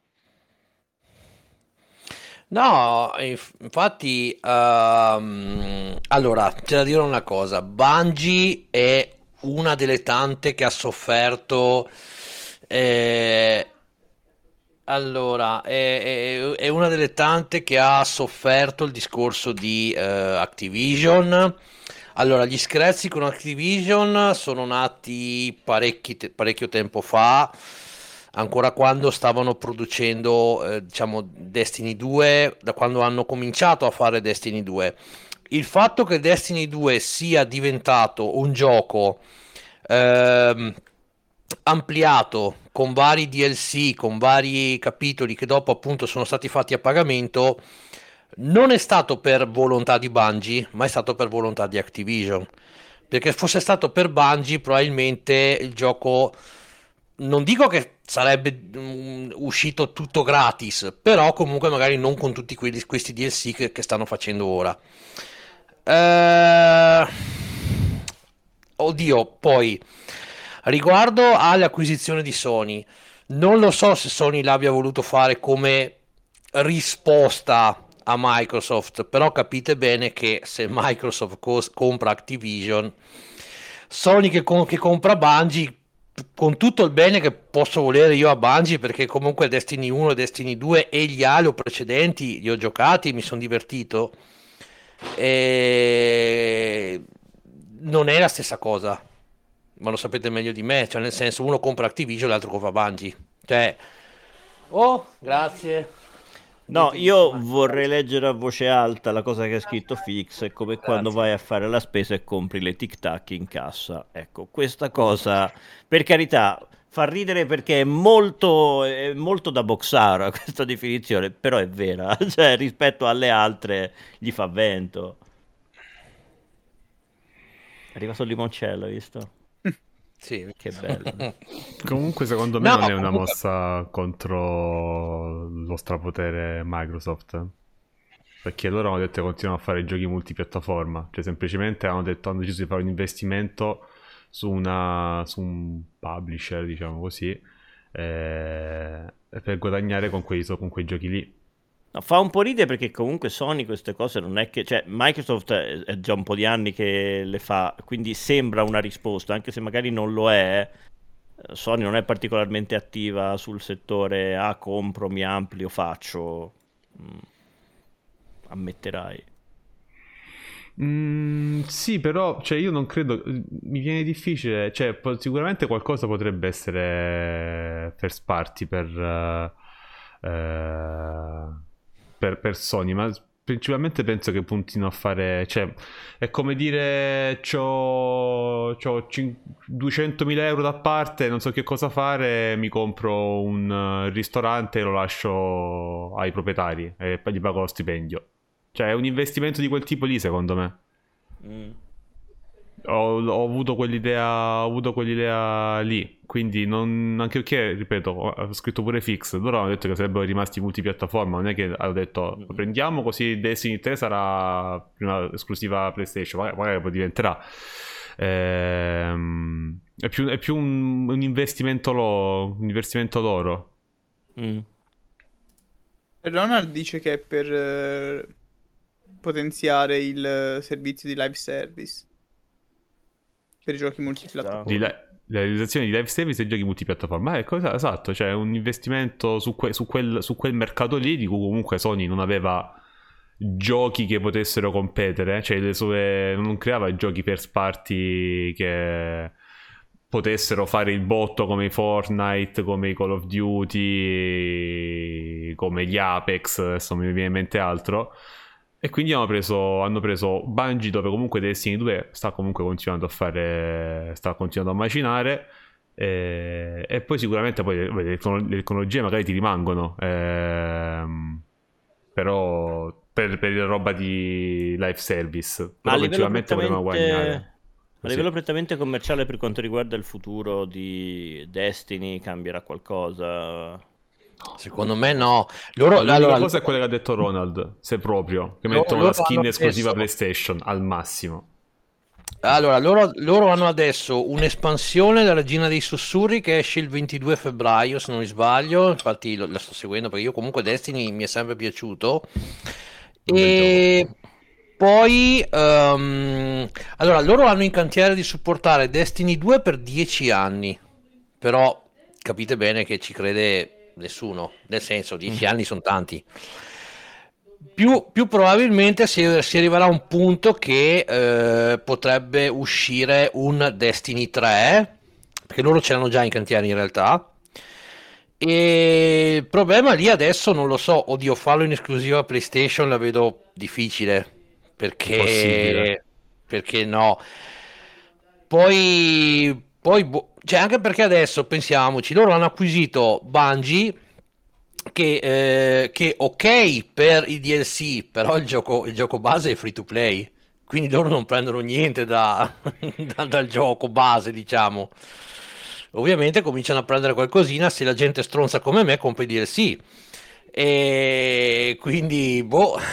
No, infatti, allora, c'è da dire una cosa, Bungie è una delle tante che ha sofferto, eh, allora, è una delle tante che ha sofferto il discorso di Activision. Allora, gli screzi con Activision sono nati parecchio tempo fa, ancora quando stavano producendo, diciamo, Destiny 2, da quando hanno cominciato a fare Destiny 2. Il fatto che Destiny 2 sia diventato un gioco ehm, ampliato con vari DLC, con vari capitoli che dopo appunto sono stati fatti a pagamento, non è stato per volontà di Bungie, ma è stato per volontà di Activision. Perché fosse stato per Bungie, probabilmente il gioco, non dico che sarebbe uscito tutto gratis, però comunque magari non con tutti questi DLC che stanno facendo ora. Eh, Oddio, poi riguardo all'acquisizione di Sony, non lo so se Sony l'abbia voluto fare come risposta a Microsoft, però capite bene che se Microsoft compra Activision, Sony che compra Bungie, con tutto il bene che posso volere io a Bungie, perché comunque Destiny 1, Destiny 2 e gli Halo precedenti li ho giocati, mi sono divertito, e non è la stessa cosa, ma lo sapete meglio di me, cioè nel senso uno compra Activision e l'altro compra Bungie, cioè, oh, grazie. No, io vorrei leggere a voce alta la cosa che ha scritto Fix, è come quando Grazie. vai a fare la spesa e compri le Tic Tac in cassa. Ecco, questa cosa, per carità, fa ridere perché è molto da boxara questa definizione, però è vera, cioè rispetto alle altre gli fa vento. È arrivato il limoncello, hai visto? Sì. Che bello. Comunque secondo me No, non è una comunque, mossa contro lo strapotere Microsoft, perché loro hanno detto che continuano a fare giochi multipiattaforma, cioè semplicemente hanno deciso di fare un investimento su un publisher, diciamo così, per guadagnare con quei giochi lì. No, fa un po' ridere perché comunque Sony queste cose non è che... Cioè, Microsoft è già un po' di anni che le fa, quindi sembra una risposta, anche se magari non lo è. Sony non è particolarmente attiva sul settore, compro, mi amplio, faccio. Mm, ammetterai. Sì, però cioè, io non credo. Mi viene difficile. Cioè, sicuramente qualcosa potrebbe essere first party per Sony, ma principalmente penso che puntino a fare. Cioè, è come dire: c'ho 200.000 euro da parte, non so che cosa fare. Mi compro un ristorante e lo lascio ai proprietari e poi gli pago lo stipendio. Cioè, è un investimento di quel tipo lì, secondo me. Mm. Ho avuto quell'idea lì. Quindi, anche perché, ripeto, ho scritto pure Fix. Loro hanno detto che sarebbero rimasti multipiattaforma. Non è che hanno detto lo prendiamo così Destiny 3 sarà prima esclusiva PlayStation. Magari poi diventerà. È più un investimento loro. Mm. Ronald dice che è per potenziare il servizio di live service per i giochi multipiattaforma. La realizzazione di live service e giochi multipiattaforma. Ecco, esatto, cioè un investimento su quel mercato lì di cui comunque Sony non aveva giochi che potessero competere, cioè non creava giochi first party che potessero fare il botto come i Fortnite, come i Call of Duty, come gli Apex, adesso mi viene in mente altro. E quindi hanno preso Bungie, dove comunque Destiny 2 sta comunque continuando a macinare. E poi sicuramente le tecnologie magari ti rimangono, però per roba di live service, però principalmente volevano guadagnare. A livello prettamente commerciale, per quanto riguarda il futuro di Destiny, cambierà qualcosa? Secondo me no. L'unica cosa è quella che ha detto Ronald, se proprio, che mettono la skin esclusiva PlayStation al massimo. Allora, loro hanno adesso un'espansione della Regina dei Sussurri che esce il 22 febbraio, se non mi sbaglio. Infatti la sto seguendo perché io comunque Destiny mi è sempre piaciuto. E poi, allora, loro hanno in cantiere di supportare Destiny 2 per 10 anni. Però capite bene che ci crede nessuno. Nel senso, 10 anni sono tanti. Più probabilmente si arriverà a un punto che potrebbe uscire un Destiny 3, perché loro ce l'hanno già in cantiere in realtà. E il problema lì adesso non lo so, oddio, farlo in esclusiva PlayStation la vedo difficile, perché no. Poi cioè anche perché adesso pensiamoci, loro hanno acquisito Bungie che ok per i DLC, però il gioco base è free to play, quindi loro non prendono niente dal gioco base, diciamo. Ovviamente cominciano a prendere qualcosina se la gente stronza come me compra i DLC, e quindi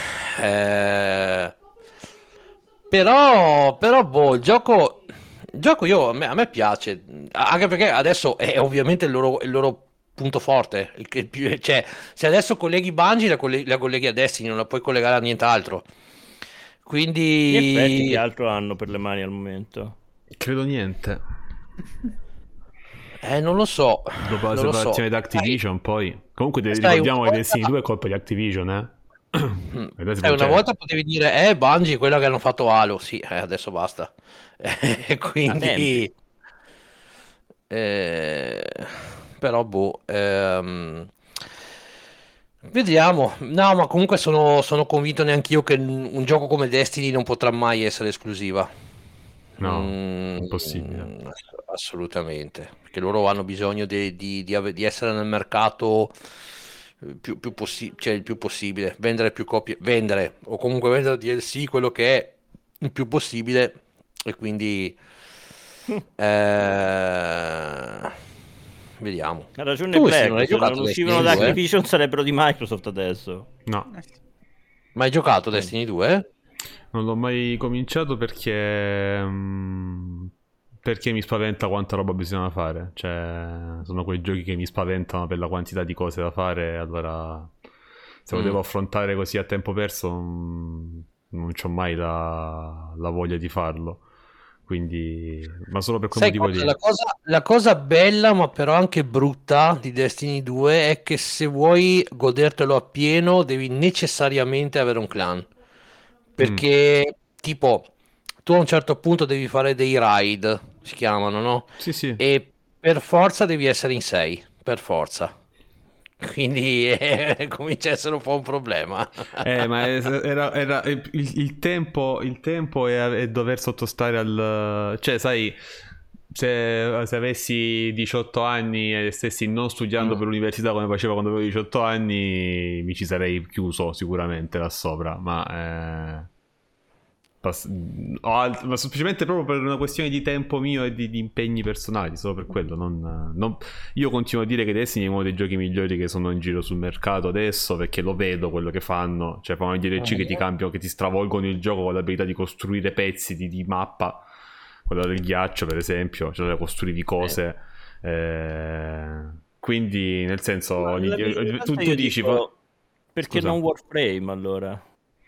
però boh, il gioco a me piace, anche perché adesso è ovviamente il loro punto forte. Cioè, se adesso colleghi Bungie, la colleghi a Destiny, non la puoi collegare a nient'altro. Quindi. In effetti, che altro hanno per le mani al momento? Credo niente. Non lo so. Dopo la non lo so. separazione da Activision, poi. Comunque Sai, ricordiamo che una Destiny volta- 2 è colpa di Activision, eh? Una volta potevi dire, Bungie, quella che hanno fatto Halo. Sì, adesso basta. Quindi. Però vediamo. No, ma comunque sono convinto neanch'io che un gioco come Destiny non potrà mai essere esclusiva. No, impossibile. Assolutamente, perché loro hanno bisogno di essere nel mercato cioè il più possibile, vendere più copie, vendere o comunque vendere DLC, quello che è il più possibile, e quindi vediamo. Ha ragione Tu Black, non hai se non giocato uscivano Destiny da 2? Activision sarebbero di Microsoft adesso. No, Ma hai giocato Destiny 2? non l'ho mai cominciato perché mi spaventa quanta roba bisogna fare. Cioè, sono quei giochi che mi spaventano per la quantità di cose da fare. Allora, se lo devo affrontare così a tempo perso, non c'ho mai la voglia di farlo. Quindi, ma solo per quel Sai motivo cosa? lì. La cosa bella, ma però anche brutta di Destiny 2 è che se vuoi godertelo appieno devi necessariamente avere un clan. Perché, tipo, tu a un certo punto devi fare dei raid, si chiamano, no? Sì, sì. E per forza devi essere in 6, per forza. Quindi comincia a essere un po' un problema. Ma era il tempo e dover sottostare al... Cioè, sai, se avessi 18 anni e stessi non studiando per l'università come facevo quando avevo 18 anni, mi ci sarei chiuso sicuramente là sopra, ma semplicemente proprio per una questione di tempo mio e di impegni personali, solo per quello. Io continuo a dire che Destiny è uno dei giochi migliori che sono in giro sul mercato adesso, perché lo vedo quello che fanno. Cioè fanno i DLC che ti cambiano, che ti stravolgono il gioco con l'abilità di costruire pezzi di mappa, quella del ghiaccio per esempio, cioè costruivi cose, quindi nel senso tu dici perché scusa. non Warframe allora?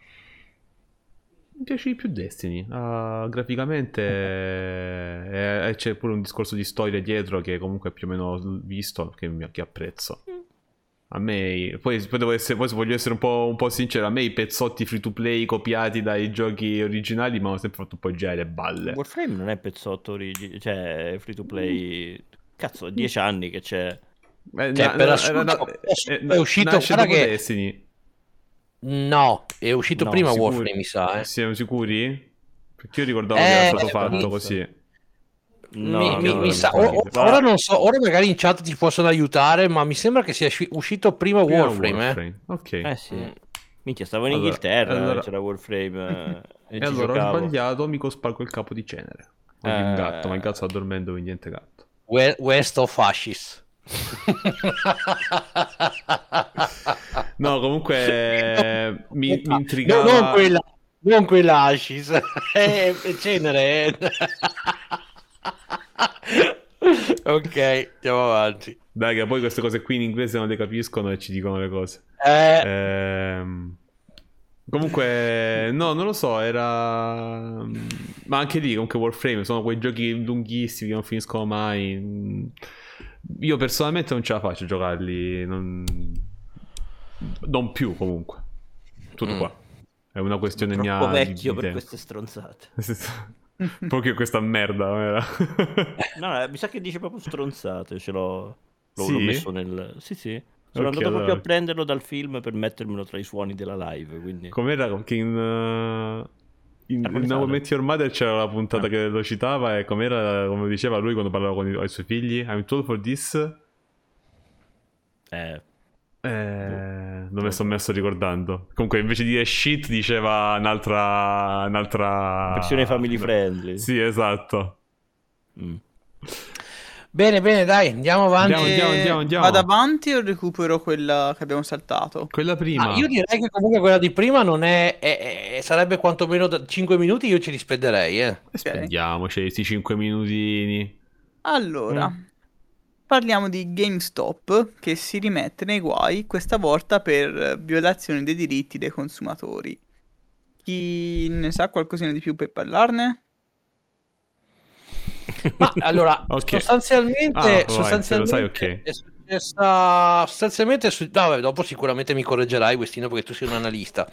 Mi piace di più Destiny, graficamente c'è pure un discorso di storia dietro che comunque più o meno visto, che apprezzo. A me, poi voglio essere un po' sincero, a me i pezzotti free to play copiati dai giochi originali mi hanno sempre fatto un po' girare le balle. Warframe non è pezzotto cioè free to play. Cazzo, è 10 anni che c'è. Per assurdo, è uscito dopo Destiny. No, è uscito prima sicuri? Warframe, mi sa. Siamo sicuri? Perché io ricordavo che era stato fatto così. No, mi sa, ora non so, ora magari in chat ti possono aiutare, ma mi sembra che sia uscito prima Warframe. Ok. Sì. Minchia, stavo in Inghilterra, c'era Warframe. E allora ho sbagliato, mi cospargo il capo di cenere. Ho un gatto, ma il gatto sta dormendo, quindi niente gatto. West of Ashes. No, comunque mi intrigava. Non quella Ashes, è cenere. Ok, andiamo avanti. Dai, che poi queste cose qui in inglese non le capiscono e ci dicono le cose. Comunque, no, non lo so, era... Ma anche lì, comunque Warframe, sono quei giochi lunghissimi che non finiscono mai. Io personalmente non ce la faccio a giocarli, non più comunque. Tutto qua. È una questione mia. Troppo vecchio per queste stronzate. Proprio questa merda. No, mi sa che dice proprio stronzate. L'ho messo nel. Sì. Sono andato allora proprio a prenderlo dal film per mettermelo tra i suoni della live. Quindi... Com'era? Che in Now I Met Your Mother c'era la puntata che lo citava. E com'era, come diceva lui quando parlava con i suoi figli? I'm told for this. Non mi sono messo ricordando. Comunque invece di dire shit diceva un'altra versione family friendly. Sì, esatto. Bene, dai, andiamo avanti. Andiamo. Vado avanti o recupero quella che abbiamo saltato? Quella prima. Io direi che comunque quella di prima non è sarebbe quantomeno 5 minuti, io ce li spenderei. Spendiamoci questi 5 minutini. Allora, parliamo di GameStop che si rimette nei guai, questa volta per violazione dei diritti dei consumatori. Chi ne sa qualcosina di più per parlarne? Ma allora, sostanzialmente lo sai, ok. è successa no, dopo sicuramente mi correggerai, Westino, perché tu sei un analista.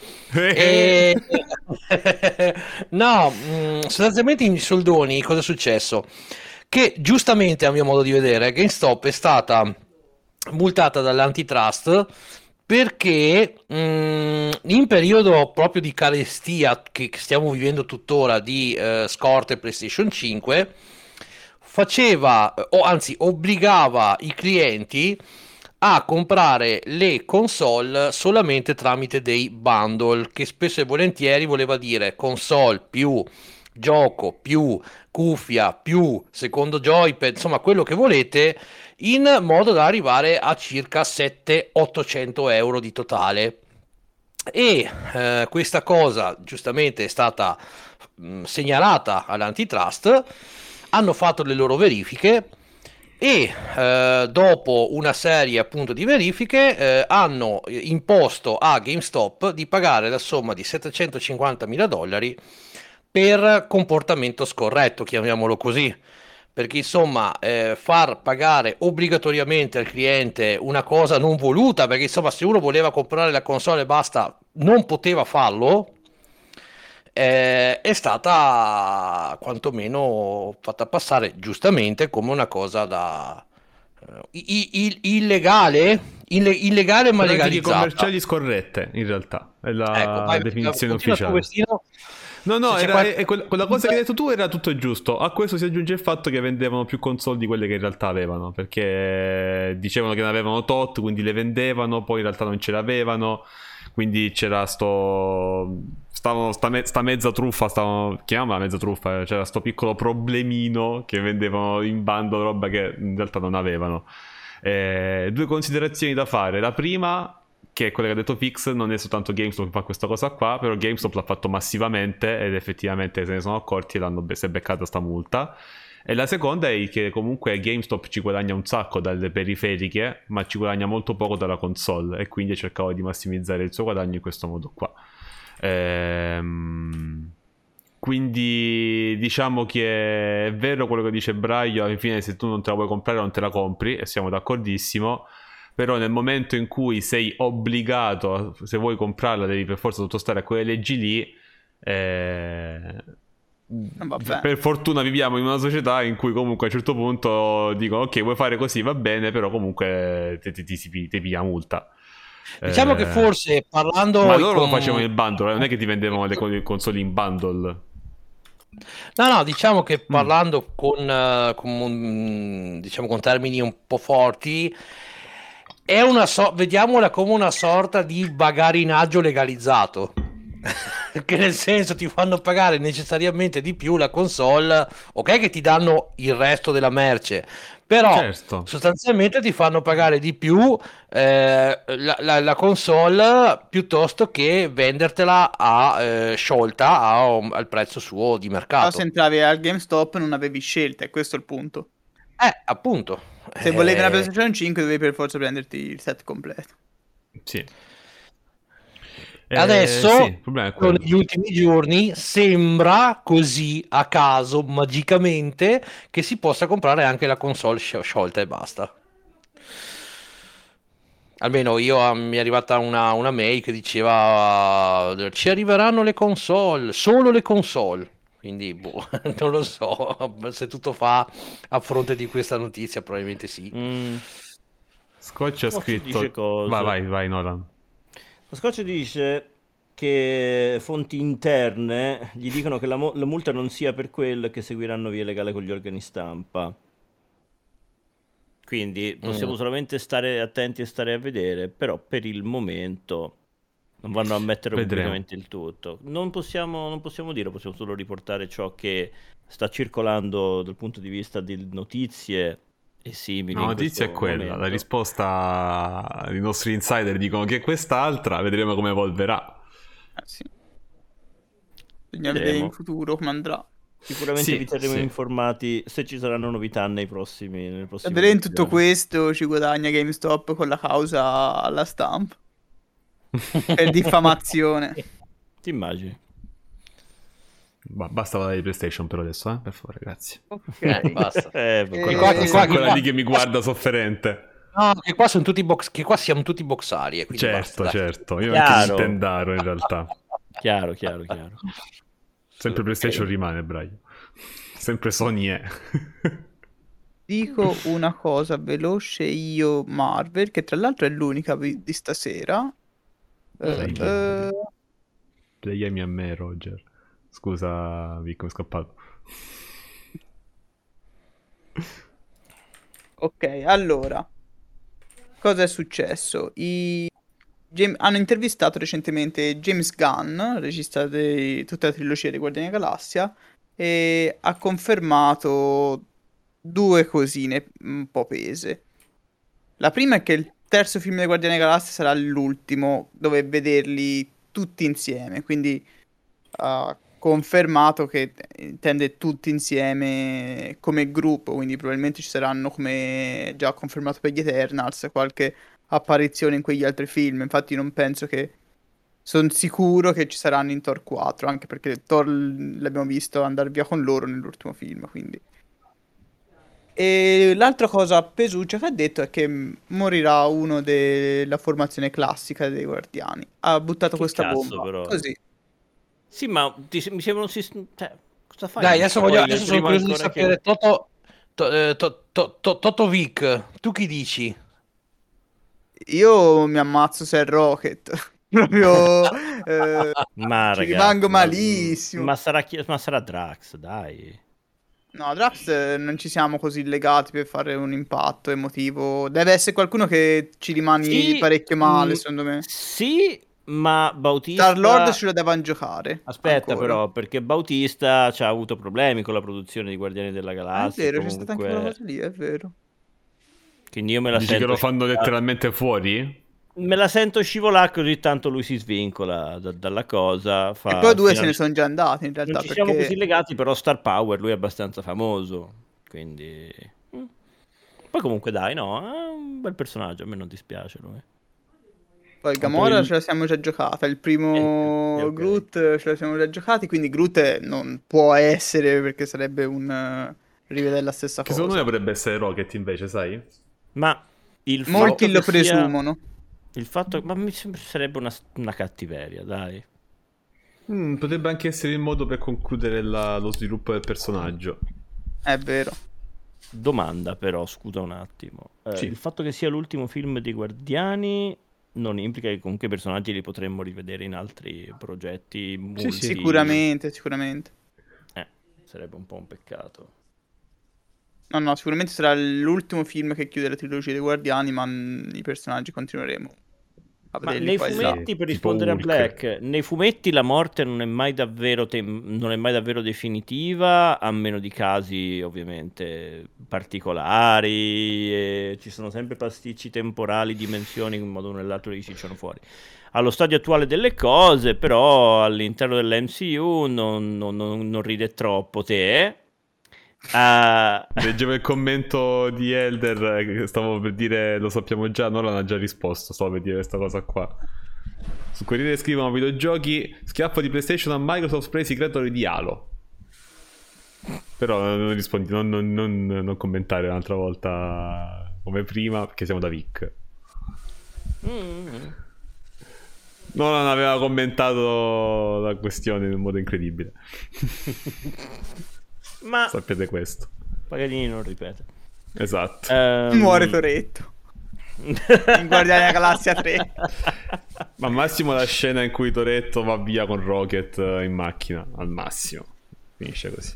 No, sostanzialmente in soldoni cosa è successo? Che giustamente, a mio modo di vedere, GameStop è stata multata dall'antitrust perché in periodo proprio di carestia che stiamo vivendo tuttora di scorte PlayStation 5 faceva, o anzi obbligava i clienti a comprare le console solamente tramite dei bundle, che spesso e volentieri voleva dire console più gioco più cuffia più secondo joypad, insomma quello che volete, in modo da arrivare a circa 700-800 euro di totale. E questa cosa giustamente è stata segnalata all'antitrust, hanno fatto le loro verifiche e dopo una serie appunto di verifiche hanno imposto a GameStop di pagare la somma di $750.000 per comportamento scorretto, chiamiamolo così, perché insomma far pagare obbligatoriamente al cliente una cosa non voluta, perché insomma se uno voleva comprare la console e basta non poteva farlo, è stata quantomeno fatta passare giustamente come una cosa da illegale ma legalizzata. Commerciali scorrette, in realtà è la definizione ufficiale. No, quella cosa che hai detto tu era tutto giusto. A questo si aggiunge il fatto che vendevano più console di quelle che in realtà avevano, perché dicevano che ne avevano tot, quindi le vendevano, poi in realtà non ce l'avevano, quindi c'era sta mezza truffa, chiamiamola mezza truffa, c'era sto piccolo problemino che vendevano in bando roba che in realtà non avevano. Due considerazioni da fare. La prima, che è quella che ha detto Fix, non è soltanto GameStop che fa questa cosa qua, però GameStop l'ha fatto massivamente ed effettivamente se ne sono accorti e si è beccata sta multa. E la seconda è che comunque GameStop ci guadagna un sacco dalle periferiche, ma ci guadagna molto poco dalla console, e quindi cercava di massimizzare il suo guadagno in questo modo qua. Quindi diciamo che è vero quello che dice Braio, alla fine se tu non te la vuoi comprare non te la compri, e siamo d'accordissimo. però nel momento in cui sei obbligato, se vuoi comprarla devi per forza sottostare a quelle leggi lì, per fortuna viviamo in una società in cui comunque a un certo punto dicono ok, vuoi fare così, va bene, però comunque ti piglia multa. Diciamo che forse parlando... Ma loro lo facevano il bundle, non è che ti vendevano le console in bundle. No, diciamo che parlando con termini un po' forti, è vediamola come una sorta di bagarinaggio legalizzato. Che nel senso ti fanno pagare necessariamente di più la console, ok che ti danno il resto della merce, però certo, sostanzialmente ti fanno pagare di più la console piuttosto che vendertela sciolta al prezzo suo di mercato. se entravi al GameStop non avevi scelta, e questo è il punto. Appunto. Se volevi una PlayStation 5 dovevi per forza prenderti il set completo. Sì. Adesso, sì, negli ultimi giorni, sembra così a caso, magicamente, che si possa comprare anche la console sciolta e basta. Almeno mi è arrivata una mail che diceva ci arriveranno le console, solo le console. Quindi, non lo so, se tutto fa a fronte di questa notizia, probabilmente sì. Scotch ha scritto... Vai, Nolan. Lo Scotch dice che fonti interne gli dicono che la multa non sia per quel che seguiranno via legale con gli organi stampa. Quindi possiamo solamente stare attenti e stare a vedere, però per il momento non vanno a mettere pubblicamente il tutto. Non possiamo dire, possiamo solo riportare ciò che sta circolando dal punto di vista di notizie e simili. La notizia è quella, momento. La risposta dei nostri insider dicono che è quest'altra, vedremo come evolverà. Sì. Bisogna vedere in futuro come andrà. Sicuramente vi terremo informati se ci saranno novità nei prossimi vedere in tutto questo ci guadagna GameStop con la causa alla stampa per diffamazione. Ti immagini? Basta parlare di PlayStation per adesso, per favore, grazie. Ok, basta. Quella lì che mi guarda sofferente. No, che qua sono tutti che qua siamo tutti boxari. Certo, basta, certo. Io anche Nintendaro in realtà. Chiaro. Sempre PlayStation rimane, Brian. Sempre Sony è. Dico una cosa veloce io, Marvel, che tra l'altro è l'unica di stasera. Playami a me, Roger. Scusa, Vic, mi è scappato. Ok, allora. Cosa è successo? Hanno intervistato recentemente James Gunn, regista di tutta la trilogia dei Guardiani della Galassia, e ha confermato due cosine un po' pese. La prima è che il terzo film dei Guardiani della Galassia sarà l'ultimo dove vederli tutti insieme, quindi ha confermato che intende tutti insieme come gruppo, quindi probabilmente ci saranno, come già confermato per gli Eternals, qualche apparizione in quegli altri film. Infatti non penso che... Sono sicuro che ci saranno in Thor 4, anche perché Thor l'abbiamo visto andare via con loro nell'ultimo film, quindi... E l'altra cosa pesuccia che ha detto è che morirà uno della formazione classica dei Guardiani. Ha buttato questa bomba, però. Così. Sì, ma mi sembra un sistema... cosa fai? Dai, adesso sono curioso di sapere Toto Vic, tu chi dici? Io mi ammazzo se è Rocket. Proprio ragazzi, rimango malissimo. Ma sarà Drax, dai. No, Drax non ci siamo così legati per fare un impatto emotivo. Deve essere qualcuno che ci rimani parecchio male, secondo me. Sì, ma Bautista... Star-Lord ce lo devono giocare. Aspetta ancora. Però, perché Bautista ci ha avuto problemi con la produzione di Guardiani della Galassia. È vero, c'è stata anche quella cosa lì, è vero. Quindi io me la Dici sento... che lo fanno letteralmente fuori? Me la sento scivolare così tanto lui si svincola dalla cosa. E poi due se ne sono già andati in realtà. Non ci siamo così legati, però Star Power lui è abbastanza famoso. Quindi... Poi comunque dai, no, è un bel personaggio, a me non dispiace lui. Poi Gamora ce la siamo già giocata, il primo okay. Groot ce la siamo già giocati, quindi Groot non può essere perché sarebbe un rivedere la stessa cosa. Secondo me dovrebbe essere Rocket invece, sai? Ma Molti lo presumono. Il fatto, ma mi sembra sarebbe una cattiveria, dai. Potrebbe anche essere il modo per concludere lo sviluppo del personaggio. È vero. Domanda però, scusa un attimo. Sì. Il fatto che sia l'ultimo film dei Guardiani non implica che comunque i personaggi li potremmo rivedere in altri progetti Sì, sì. Sicuramente. Sarebbe un po' un peccato. No, sicuramente sarà l'ultimo film che chiude la trilogia dei Guardiani, ma i personaggi continueremo a Ma vederli nei qua e là. fumetti, per tipo rispondere a Hulk. Black, nei fumetti la morte non è mai davvero, non è mai davvero definitiva, a meno di casi ovviamente particolari, e ci sono sempre pasticci temporali, dimensioni, in un modo o nell'altro li cicciano fuori. Allo stadio attuale delle cose, però, all'interno dell'MCU non ride troppo te. Leggevo il commento di Elder, che stavo per dire, lo sappiamo già, Nolan ha già risposto, stavo per dire questa cosa qua. Su Corriere scrivono: videogiochi, schiaffo di PlayStation a Microsoft presi creatori di Halo. Però non rispondi, non commentare un'altra volta come prima, perché siamo da Vic. Nolan aveva commentato la questione in un modo incredibile. Ma Sappiate questo. Paganini non ripete. Esatto. Muore Toretto in Guardiani della Galassia 3. Ma al massimo la scena in cui Toretto va via con Rocket in macchina. Al massimo. Finisce così.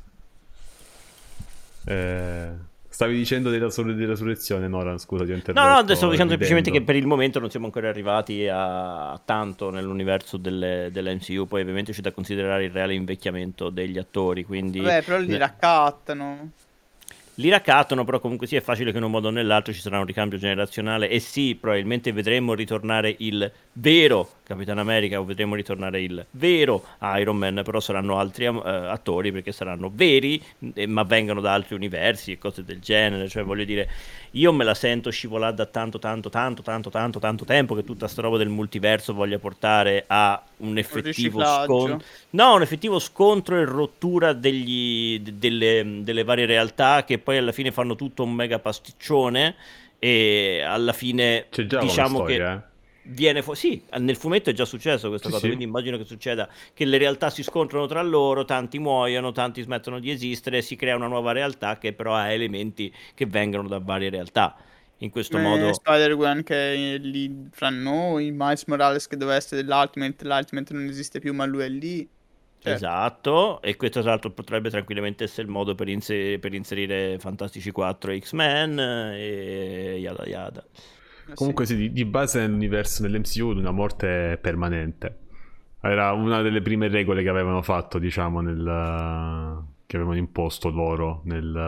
Stavi dicendo della resurrezione, Nolan? Scusa, ti ho interrotto. No, stavo dicendo semplicemente ridendo. che per il momento non siamo ancora arrivati a tanto nell'universo dell'MCU. Poi ovviamente c'è da considerare il reale invecchiamento degli attori, quindi Vabbè, però li raccattano. li raccattano, però comunque sì, è facile che in un modo o nell'altro ci sarà un ricambio generazionale e sì, probabilmente vedremo ritornare il vero Capitan America o vedremo ritornare il vero Iron Man, però saranno altri attori perché saranno veri, ma vengono da altri universi e cose del genere, cioè voglio dire, io me la sento scivolare da tanto tempo che tutta sta roba del multiverso voglia portare a un effettivo scontro. No, un effettivo scontro e rottura delle varie realtà che poi alla fine fanno tutto un mega pasticcione e alla fine C'è già diciamo una storia, che viene sì, nel fumetto è già successo questa cosa, sì. quindi immagino che succeda che le realtà si scontrano tra loro, tanti muoiono, tanti smettono di esistere, si crea una nuova realtà che però ha elementi che vengono da varie realtà. In questo modo Spider-Gwen che è lì fra noi, Miles Morales che doveva essere l'Ultimate non esiste più ma lui è lì. Certo. Esatto, e questo tra l'altro potrebbe tranquillamente essere il modo per inserire Fantastici 4 e X-Men e yada yada. Comunque sì, di base nell'universo dell'MCU una morte permanente. Era una delle prime regole che avevano fatto, diciamo, che avevano imposto loro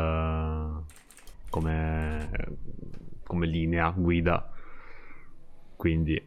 come linea guida. Quindi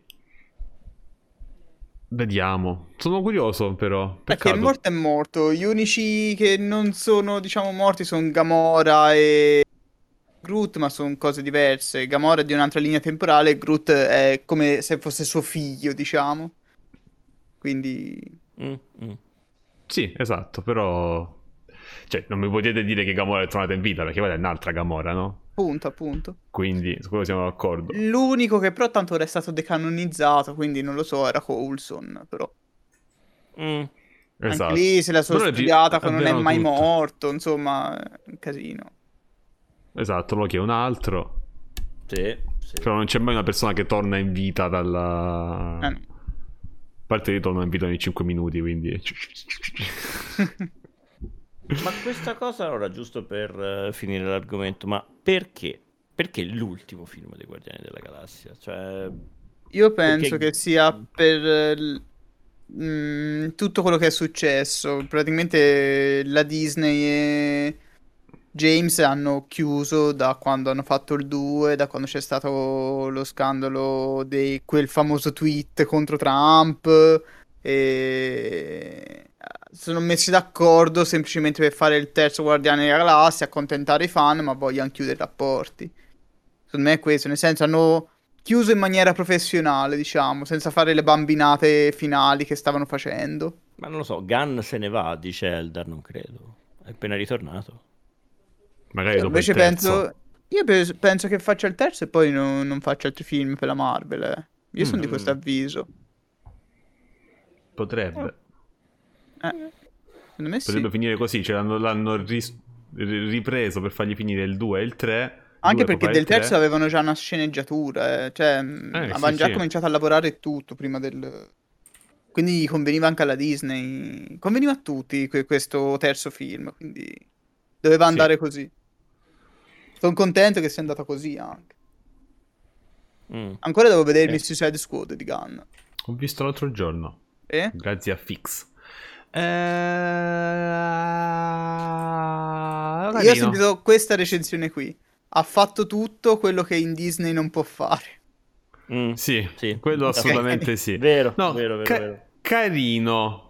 vediamo. Sono curioso però. Perché morto è morto. Gli unici che non sono, diciamo, morti sono Gamora e Groot, ma sono cose diverse. Gamora è di un'altra linea temporale, Groot è come se fosse suo figlio, diciamo. Quindi sì, esatto, però cioè non mi potete dire che Gamora è tornata in vita, perché quella è un'altra Gamora, no? Appunto. Quindi su quello siamo d'accordo. L'unico che però tanto ora è stato decanonizzato, quindi non lo so, era Coulson, però Esatto. anche lì se la sono Però studiata che non è mai tutto. morto, insomma, è un casino. Esatto, Loki è un altro. Sì. Però non c'è mai una persona che torna in vita dalla... No. A parte che torna in vita ogni 5 minuti, quindi... Ma questa cosa, allora, giusto per finire l'argomento, ma perché? Perché l'ultimo film dei Guardiani della Galassia? Cioè, io penso che sia per tutto quello che è successo. Praticamente la Disney e James hanno chiuso da quando hanno fatto il 2, da quando c'è stato lo scandalo di quel famoso tweet contro Trump e sono messi d'accordo semplicemente per fare il terzo Guardiani della Galassia, accontentare i fan, ma vogliono chiudere i rapporti. Secondo me è questo, nel senso hanno chiuso in maniera professionale, diciamo, senza fare le bambinate finali che stavano facendo. ma non lo so, Gunn se ne va, dice Eldar, non credo. È appena ritornato. Magari dopo Invece il terzo. Io penso che faccia il terzo e poi non faccia altri film per la Marvel. Io sono di questo avviso. Potrebbe. Secondo me sì. Potrebbe finire così, cioè l'hanno ripreso per fargli finire il 2 e il 3. Anche perché del terzo avevano già una sceneggiatura, cioè avevano già cominciato a lavorare e tutto prima del... Quindi conveniva anche alla Disney, conveniva a tutti questo terzo film, quindi doveva andare così. Sono contento che sia andata così anche. Ancora devo vedermi Suicide Squad di Gunn. Ho visto l'altro giorno. Grazie a Fix. Io ho sentito questa recensione qui. Ha fatto tutto quello che in Disney non può fare. Sì, quello assolutamente sì. Vero, no, vero. Carino.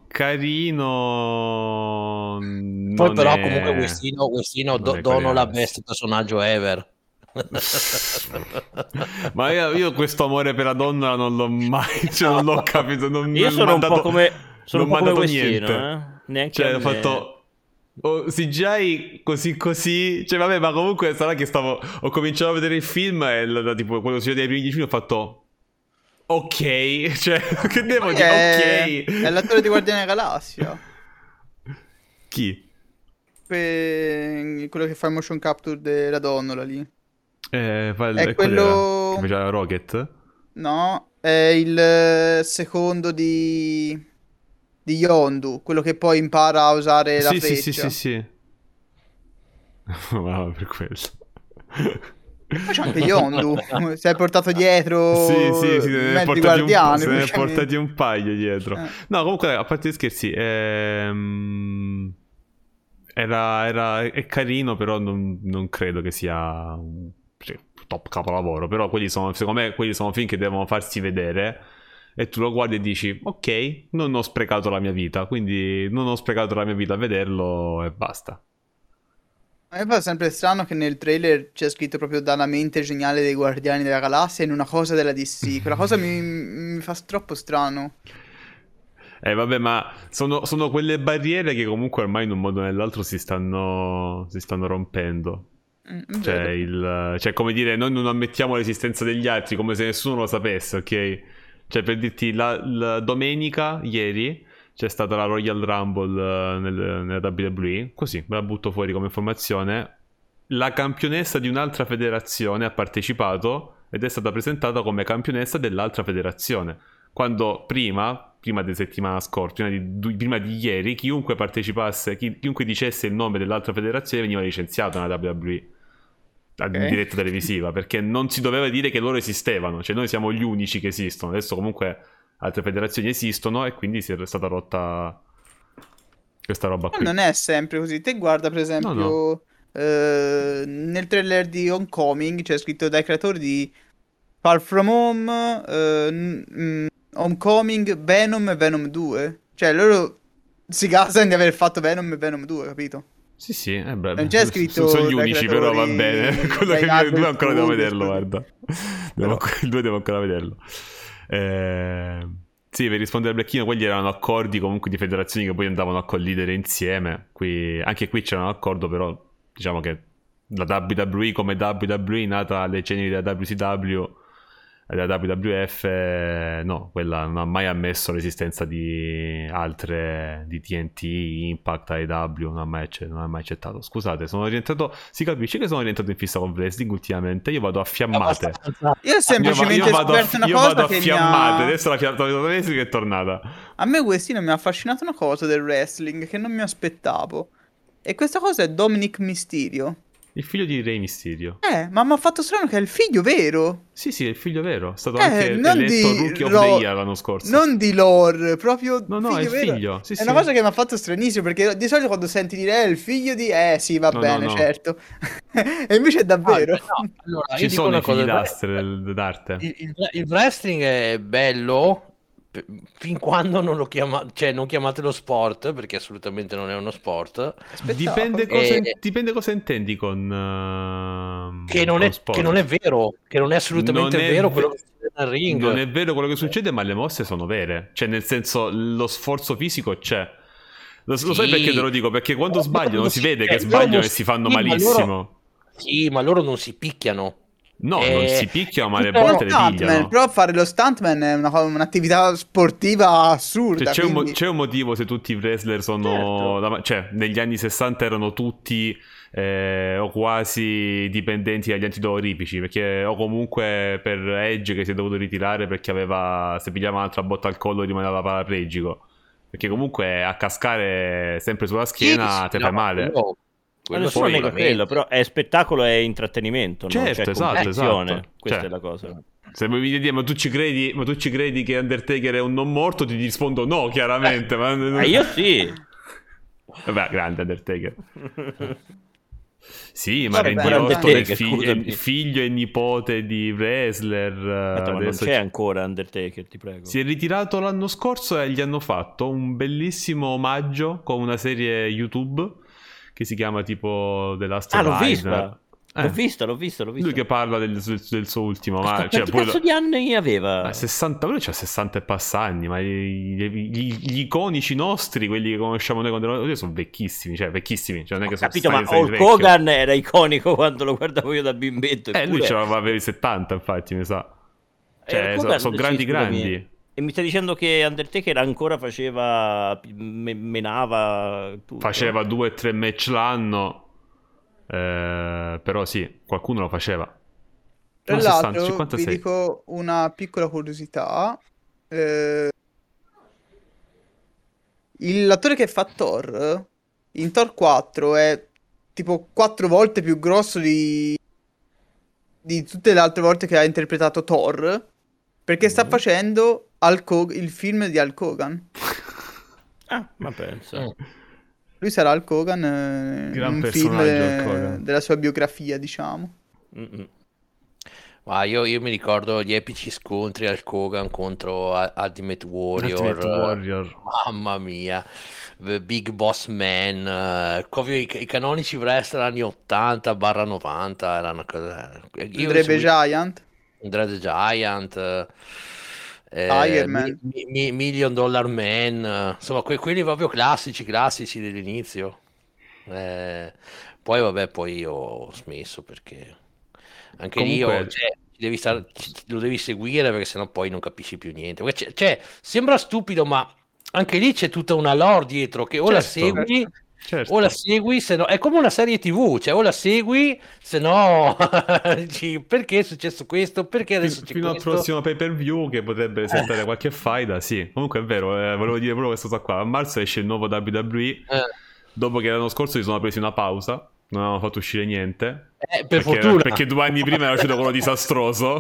Poi però comunque Westino dono la best personaggio ever. Ma io questo amore per la donna non l'ho mai, cioè non l'ho capito. Io sono un po' come Westino, neanche cioè ho fatto CGI così, cioè vabbè, ma comunque sarà che ho cominciato a vedere il film e tipo quello si vede ai primi 10 minuti ho fatto ok, cioè che devo dire, ok. È l'attore di Guardiani della Galassia. Chi? Quello che fa il motion capture della donnola lì. È quello che faceva Rocket? No, è il secondo di Yondu, quello che poi impara a usare la freccia. Sì. Wow, per quello. Poi c'è anche Yondu, si è portato dietro sì, se ne è portati un paio dietro. No, comunque, a parte gli scherzi, è carino, però non credo che sia un top capolavoro. Però secondo me quelli sono film che devono farsi vedere e tu lo guardi e dici ok, non ho sprecato la mia vita, quindi non ho sprecato la mia vita a vederlo e basta. A me fa sempre strano che nel trailer c'è scritto proprio dalla mente geniale dei Guardiani della Galassia in una cosa della DC. Quella cosa mi fa troppo strano. Vabbè, ma sono quelle barriere che comunque ormai in un modo o nell'altro si stanno rompendo. Cioè, come dire, noi non ammettiamo l'esistenza degli altri come se nessuno lo sapesse, ok? Cioè, per dirti, la domenica, ieri, c'è stata la Royal Rumble nella WWE, così, me la butto fuori come informazione. La campionessa di un'altra federazione ha partecipato ed è stata presentata come campionessa dell'altra federazione. Quando prima di settimana scorsa, prima di ieri, chiunque partecipasse, chiunque dicesse il nome dell'altra federazione veniva licenziato nella WWE. In diretta televisiva, perché non si doveva dire che loro esistevano, cioè noi siamo gli unici che esistono. Adesso comunque altre federazioni esistono e quindi è stata rotta questa roba qui. Non è sempre così. Te guarda per esempio nel trailer di Homecoming c'è scritto dai creatori di Far From Home, Homecoming, Venom e Venom 2. Cioè loro si gasano di aver fatto Venom e Venom 2, capito? Sì, beh, non c'è scritto sono gli unici, però va bene. Quello che il 2 ancora devo vederlo, guarda. Il 2 devo ancora vederlo. Sì, per rispondere al Blecchino, quelli erano accordi comunque di federazioni che poi andavano a collidere insieme. Anche qui c'era un accordo, però diciamo che la WWE come WWE nata alle ceneri della WCW e della WWF, no, quella non ha mai ammesso l'esistenza di altre, di TNT, Impact, AEW, non ha mai accettato. Scusate, si capisce che sono rientrato in fissa con wrestling ultimamente. Io vado a fiammate. Io semplicemente vado a fiammate. Adesso la fiammata wrestling è tornata. A me Westino mi ha affascinato una cosa del wrestling che non mi aspettavo, e questa cosa è Dominic Mysterio, il figlio di Rey Mysterio. Ma mi ha fatto strano che è il figlio vero. Sì, è il figlio vero. È stato anche eletto Rookie of the Year l'anno scorso. Non di lore, proprio no, è il figlio. Sì, è una cosa che mi ha fatto stranissimo, perché di solito quando senti dire il figlio di... sì, va bene, certo. E invece è davvero. Allora, ci sono i figli d'arte. Il wrestling è bello fin quando non lo non chiamatelo sport, perché assolutamente non è uno sport. Dipende cosa intendi con che non è vero, che non è assolutamente vero quello che succede nel ring. Non è vero quello che succede, ma le mosse sono vere, cioè nel senso lo sforzo fisico c'è. Lo sai perché te lo dico? Perché quando sbagliano si vede che sbagliano e si fanno malissimo. Sì, ma loro non si picchiano. No, non si picchiano, ma le tutto- botte le pigliano. Però fare lo stuntman è un'attività sportiva assurda. Cioè, quindi... c'è un motivo se tutti i wrestler sono... Cioè, negli anni 60 erano tutti o quasi dipendenti dagli antidolorifici, perché o comunque per Edge che si è dovuto ritirare perché aveva... se pigliava un'altra botta al collo rimaneva paraplegico. Perché comunque a cascare sempre sulla schiena te fai male. Ma nessuno nega quello, però è spettacolo e intrattenimento, non Certo, c'è esatto. competizione. Questa Cioè, è la cosa. se mi vieni a dire, ma tu ci credi che Undertaker è un non morto? Ti rispondo no, chiaramente. Ma Io sì. Vabbè, grande Undertaker. Sì, ma Vabbè, Randy Orton è Undertaker, scusami. figlio e nipote di wrestler. Aspetta, ma non Adesso c'è ancora Undertaker, ti prego. si è ritirato l'anno scorso e gli hanno fatto un bellissimo omaggio con una serie YouTube che si chiama tipo The Last Ah, l'ho Rider. vista. L'ho vista. Lui che parla del suo ultimo. Ma, Quanti cazzo di anni aveva? Ma 60, lui c'ha 60 e passa anni, ma gli iconici nostri, quelli che conosciamo noi quando eravamo, sono vecchissimi, cioè non è che sono Capito, ma stati Hulk vecchio. Hogan era iconico quando lo guardavo io da bimbetto. Lui aveva i 70, infatti, mi sa. Cioè, Hulk Hogan, sono sì, grandi scusami. grandi. E mi stai dicendo che Undertaker ancora faceva, menava tutto? Faceva 2-3 match l'anno. Però sì, qualcuno lo faceva. Tra No, l'altro 60, 56. vi dico una piccola curiosità. L'attore che fa Thor in Thor 4 è tipo 4 volte più grosso di tutte le altre volte che ha interpretato Thor, perché sta facendo il film di Hulk Hogan. Ah, ma pensa. Lui sarà Hulk Hogan in Gran un personaggio, film Hulk Hogan. della sua biografia, diciamo. Mm-mm. Ma io mi ricordo gli epici scontri al Hogan contro Ultimate Warrior. Mamma mia, The Big Boss Man, proprio i canonici wrestler anni 80-90 erano cosa. Andrebbe Giant, Dread Giant, Tiger Man. Million Dollar Man, insomma quelli proprio classici dell'inizio. Poi vabbè, poi ho smesso perché anche lì Comunque, lo devi seguire perché sennò poi non capisci più niente. Perché sembra stupido, ma anche lì c'è tutta una lore dietro che o la segui. certo. O la segui, se no è come una serie TV, cioè o la segui, se no dici, perché è successo questo? Perché adesso c'è fino al questo? prossimo pay per view che potrebbe settare qualche faida, sì. Comunque è vero, volevo dire proprio questa cosa qua. A marzo esce il nuovo WWE. Dopo che l'anno scorso si sono presi una pausa, non avevano fatto uscire niente. Per fortuna. Perché 2 anni prima era uscito quello disastroso.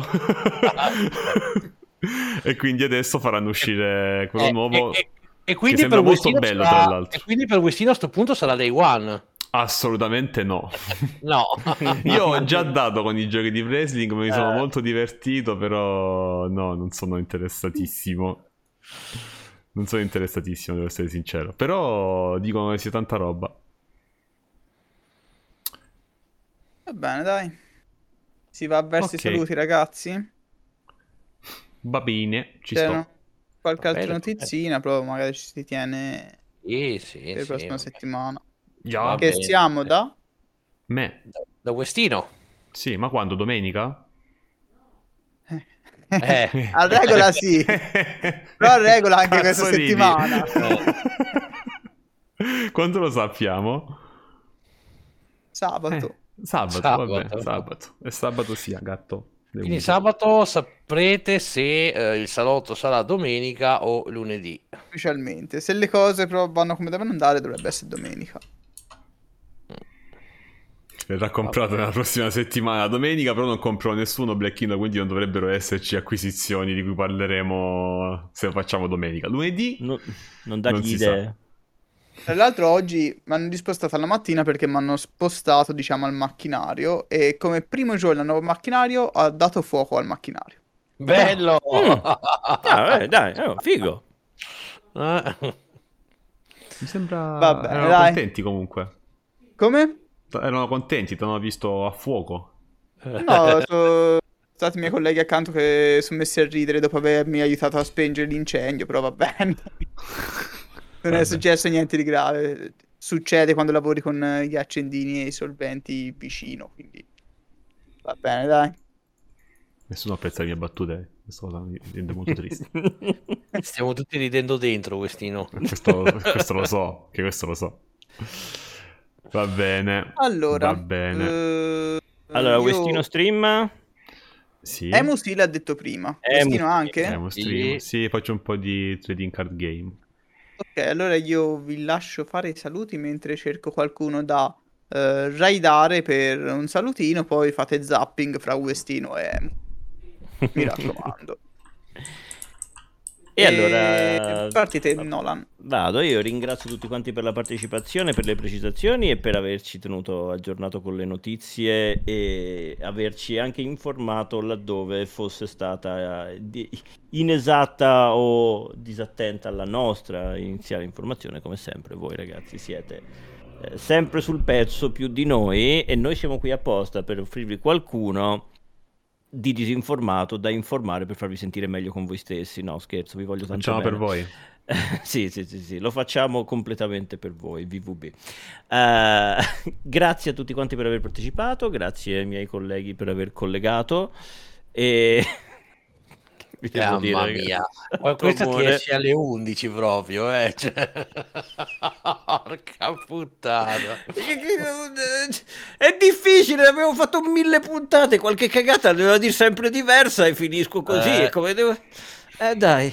E quindi adesso faranno uscire quello nuovo. E quindi che sembra molto bello, tra l'altro. E quindi per Westino a sto punto sarà Day One. Assolutamente no. No. Io ho già dato con i giochi di wrestling, mi sono molto divertito, però no, non sono interessatissimo. Non sono interessatissimo, devo essere sincero. Però dicono che sia tanta roba. Va bene, dai. Si va verso i saluti, ragazzi. Va bene, ci C'era sto. qualche altra notizina, però magari ci si tiene Sì, per la prossima settimana. Yeah. Che siamo da? Me. Da Westino. Sì, ma quando? Domenica? A regola sì. Però a regola anche questa settimana. Quando lo sappiamo? Sabato. Vabbè, sabato. E sabato sia, gatto. Quindi sabato saprete se il salotto sarà domenica o lunedì. Ufficialmente. Se le cose però vanno come devono andare, dovrebbe essere domenica. Verrà comprato nella prossima settimana. Domenica però non comprò nessuno Blacchino, quindi non dovrebbero esserci acquisizioni di cui parleremo se lo facciamo domenica. Lunedì non dagli idee. Tra l'altro oggi mi hanno dispostato alla mattina perché mi hanno spostato, diciamo, al macchinario e come primo giorno al nuovo macchinario ha dato fuoco al macchinario. Bello! Dai, figo. Mi sembra... Vabbè, erano dai. contenti comunque. Come? Erano contenti, ti hanno visto a fuoco. No, sono stati i miei colleghi accanto che sono messi a ridere dopo avermi aiutato a spengere l'incendio, però va bene. Non è successo niente di grave. succede quando lavori con gli accendini e i solventi vicino, quindi va bene, dai. Nessuno apprezza le mie battute, questa cosa mi rende molto triste. Stiamo tutti ridendo dentro, Westino. questo lo so, che questo lo so. Va bene. Allora, Va bene. Allora, Westino stream? Sì. Emu sì l'ha detto prima. Westino anche? Emu stream. Sì, faccio un po' di trading card game. Ok, allora io vi lascio fare i saluti mentre cerco qualcuno da raidare per un salutino, poi fate zapping fra Westino e Emu. Mi raccomando. E allora partite, Nolan. Vado, io ringrazio tutti quanti per la partecipazione, per le precisazioni e per averci tenuto aggiornato con le notizie e averci anche informato laddove fosse stata inesatta o disattenta la nostra iniziale informazione. Come sempre voi ragazzi siete sempre sul pezzo più di noi e noi siamo qui apposta per offrirvi qualcuno di disinformato da informare per farvi sentire meglio con voi stessi. No, scherzo, vi voglio tanto Facciamo bene. per voi. Sì, lo facciamo completamente per voi, VVB. Grazie a tutti quanti per aver partecipato, grazie ai miei colleghi per aver collegato e vi devo dire, Mamma mia, questa ti esce alle 11 proprio, cioè... Porca puttana. È difficile, avevo fatto 1000 puntate, qualche cagata devo dire sempre diversa e finisco così, è come devo... dai,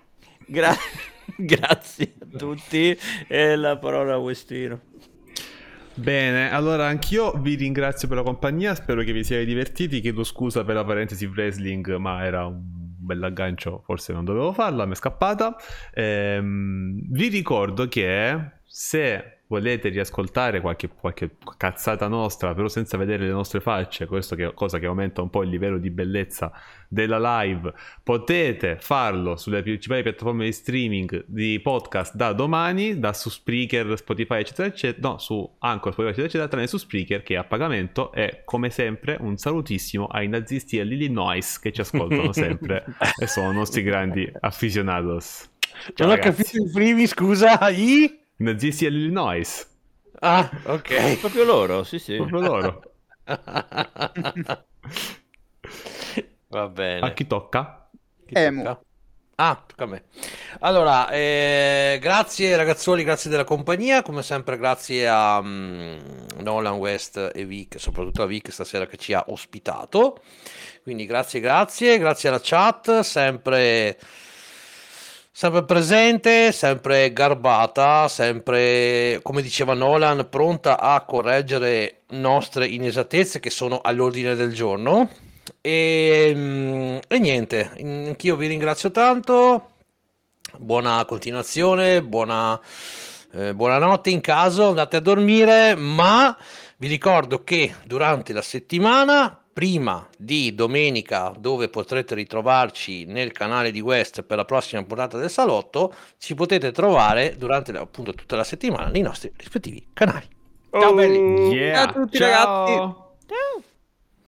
grazie a tutti e la parola a Westino. Bene, allora anch'io vi ringrazio per la compagnia, spero che vi siate divertiti, chiedo scusa per la parentesi wrestling, ma era un bell'aggancio, forse non dovevo farla, mi è scappata. Vi ricordo che se volete riascoltare qualche cazzata nostra, però senza vedere le nostre facce, cosa che aumenta un po' il livello di bellezza della live, potete farlo sulle principali piattaforme di streaming di podcast da domani, su Spreaker, Spotify eccetera eccetera, no, su Anchor, Spotify eccetera eccetera, tranne su Spreaker che è a pagamento. E come sempre un salutissimo ai nazisti e all'Illinois che ci ascoltano sempre e sono nostri grandi aficionados. Ciao, non ragazzi. ho capito i primi, scusa, Nazisti all'Illinois. Ah, ok. Proprio loro, sì. Proprio loro. Va bene. A chi tocca? Emu. Tocca a me. Allora, grazie ragazzuoli, grazie della compagnia, come sempre grazie a Nolan, West e Vic, soprattutto a Vic stasera che ci ha ospitato, quindi grazie alla chat, sempre presente, sempre garbata, sempre, come diceva Nolan, pronta a correggere nostre inesattezze che sono all'ordine del giorno. E niente, anch'io vi ringrazio tanto, buona continuazione, buonanotte in caso andate a dormire, ma vi ricordo che durante la settimana, prima di domenica, dove potrete ritrovarci nel canale di West per la prossima puntata del salotto, ci potete trovare durante appunto tutta la settimana nei nostri rispettivi canali. Ciao belli! Yeah. Ciao a tutti, Ciao. ragazzi! Ciao.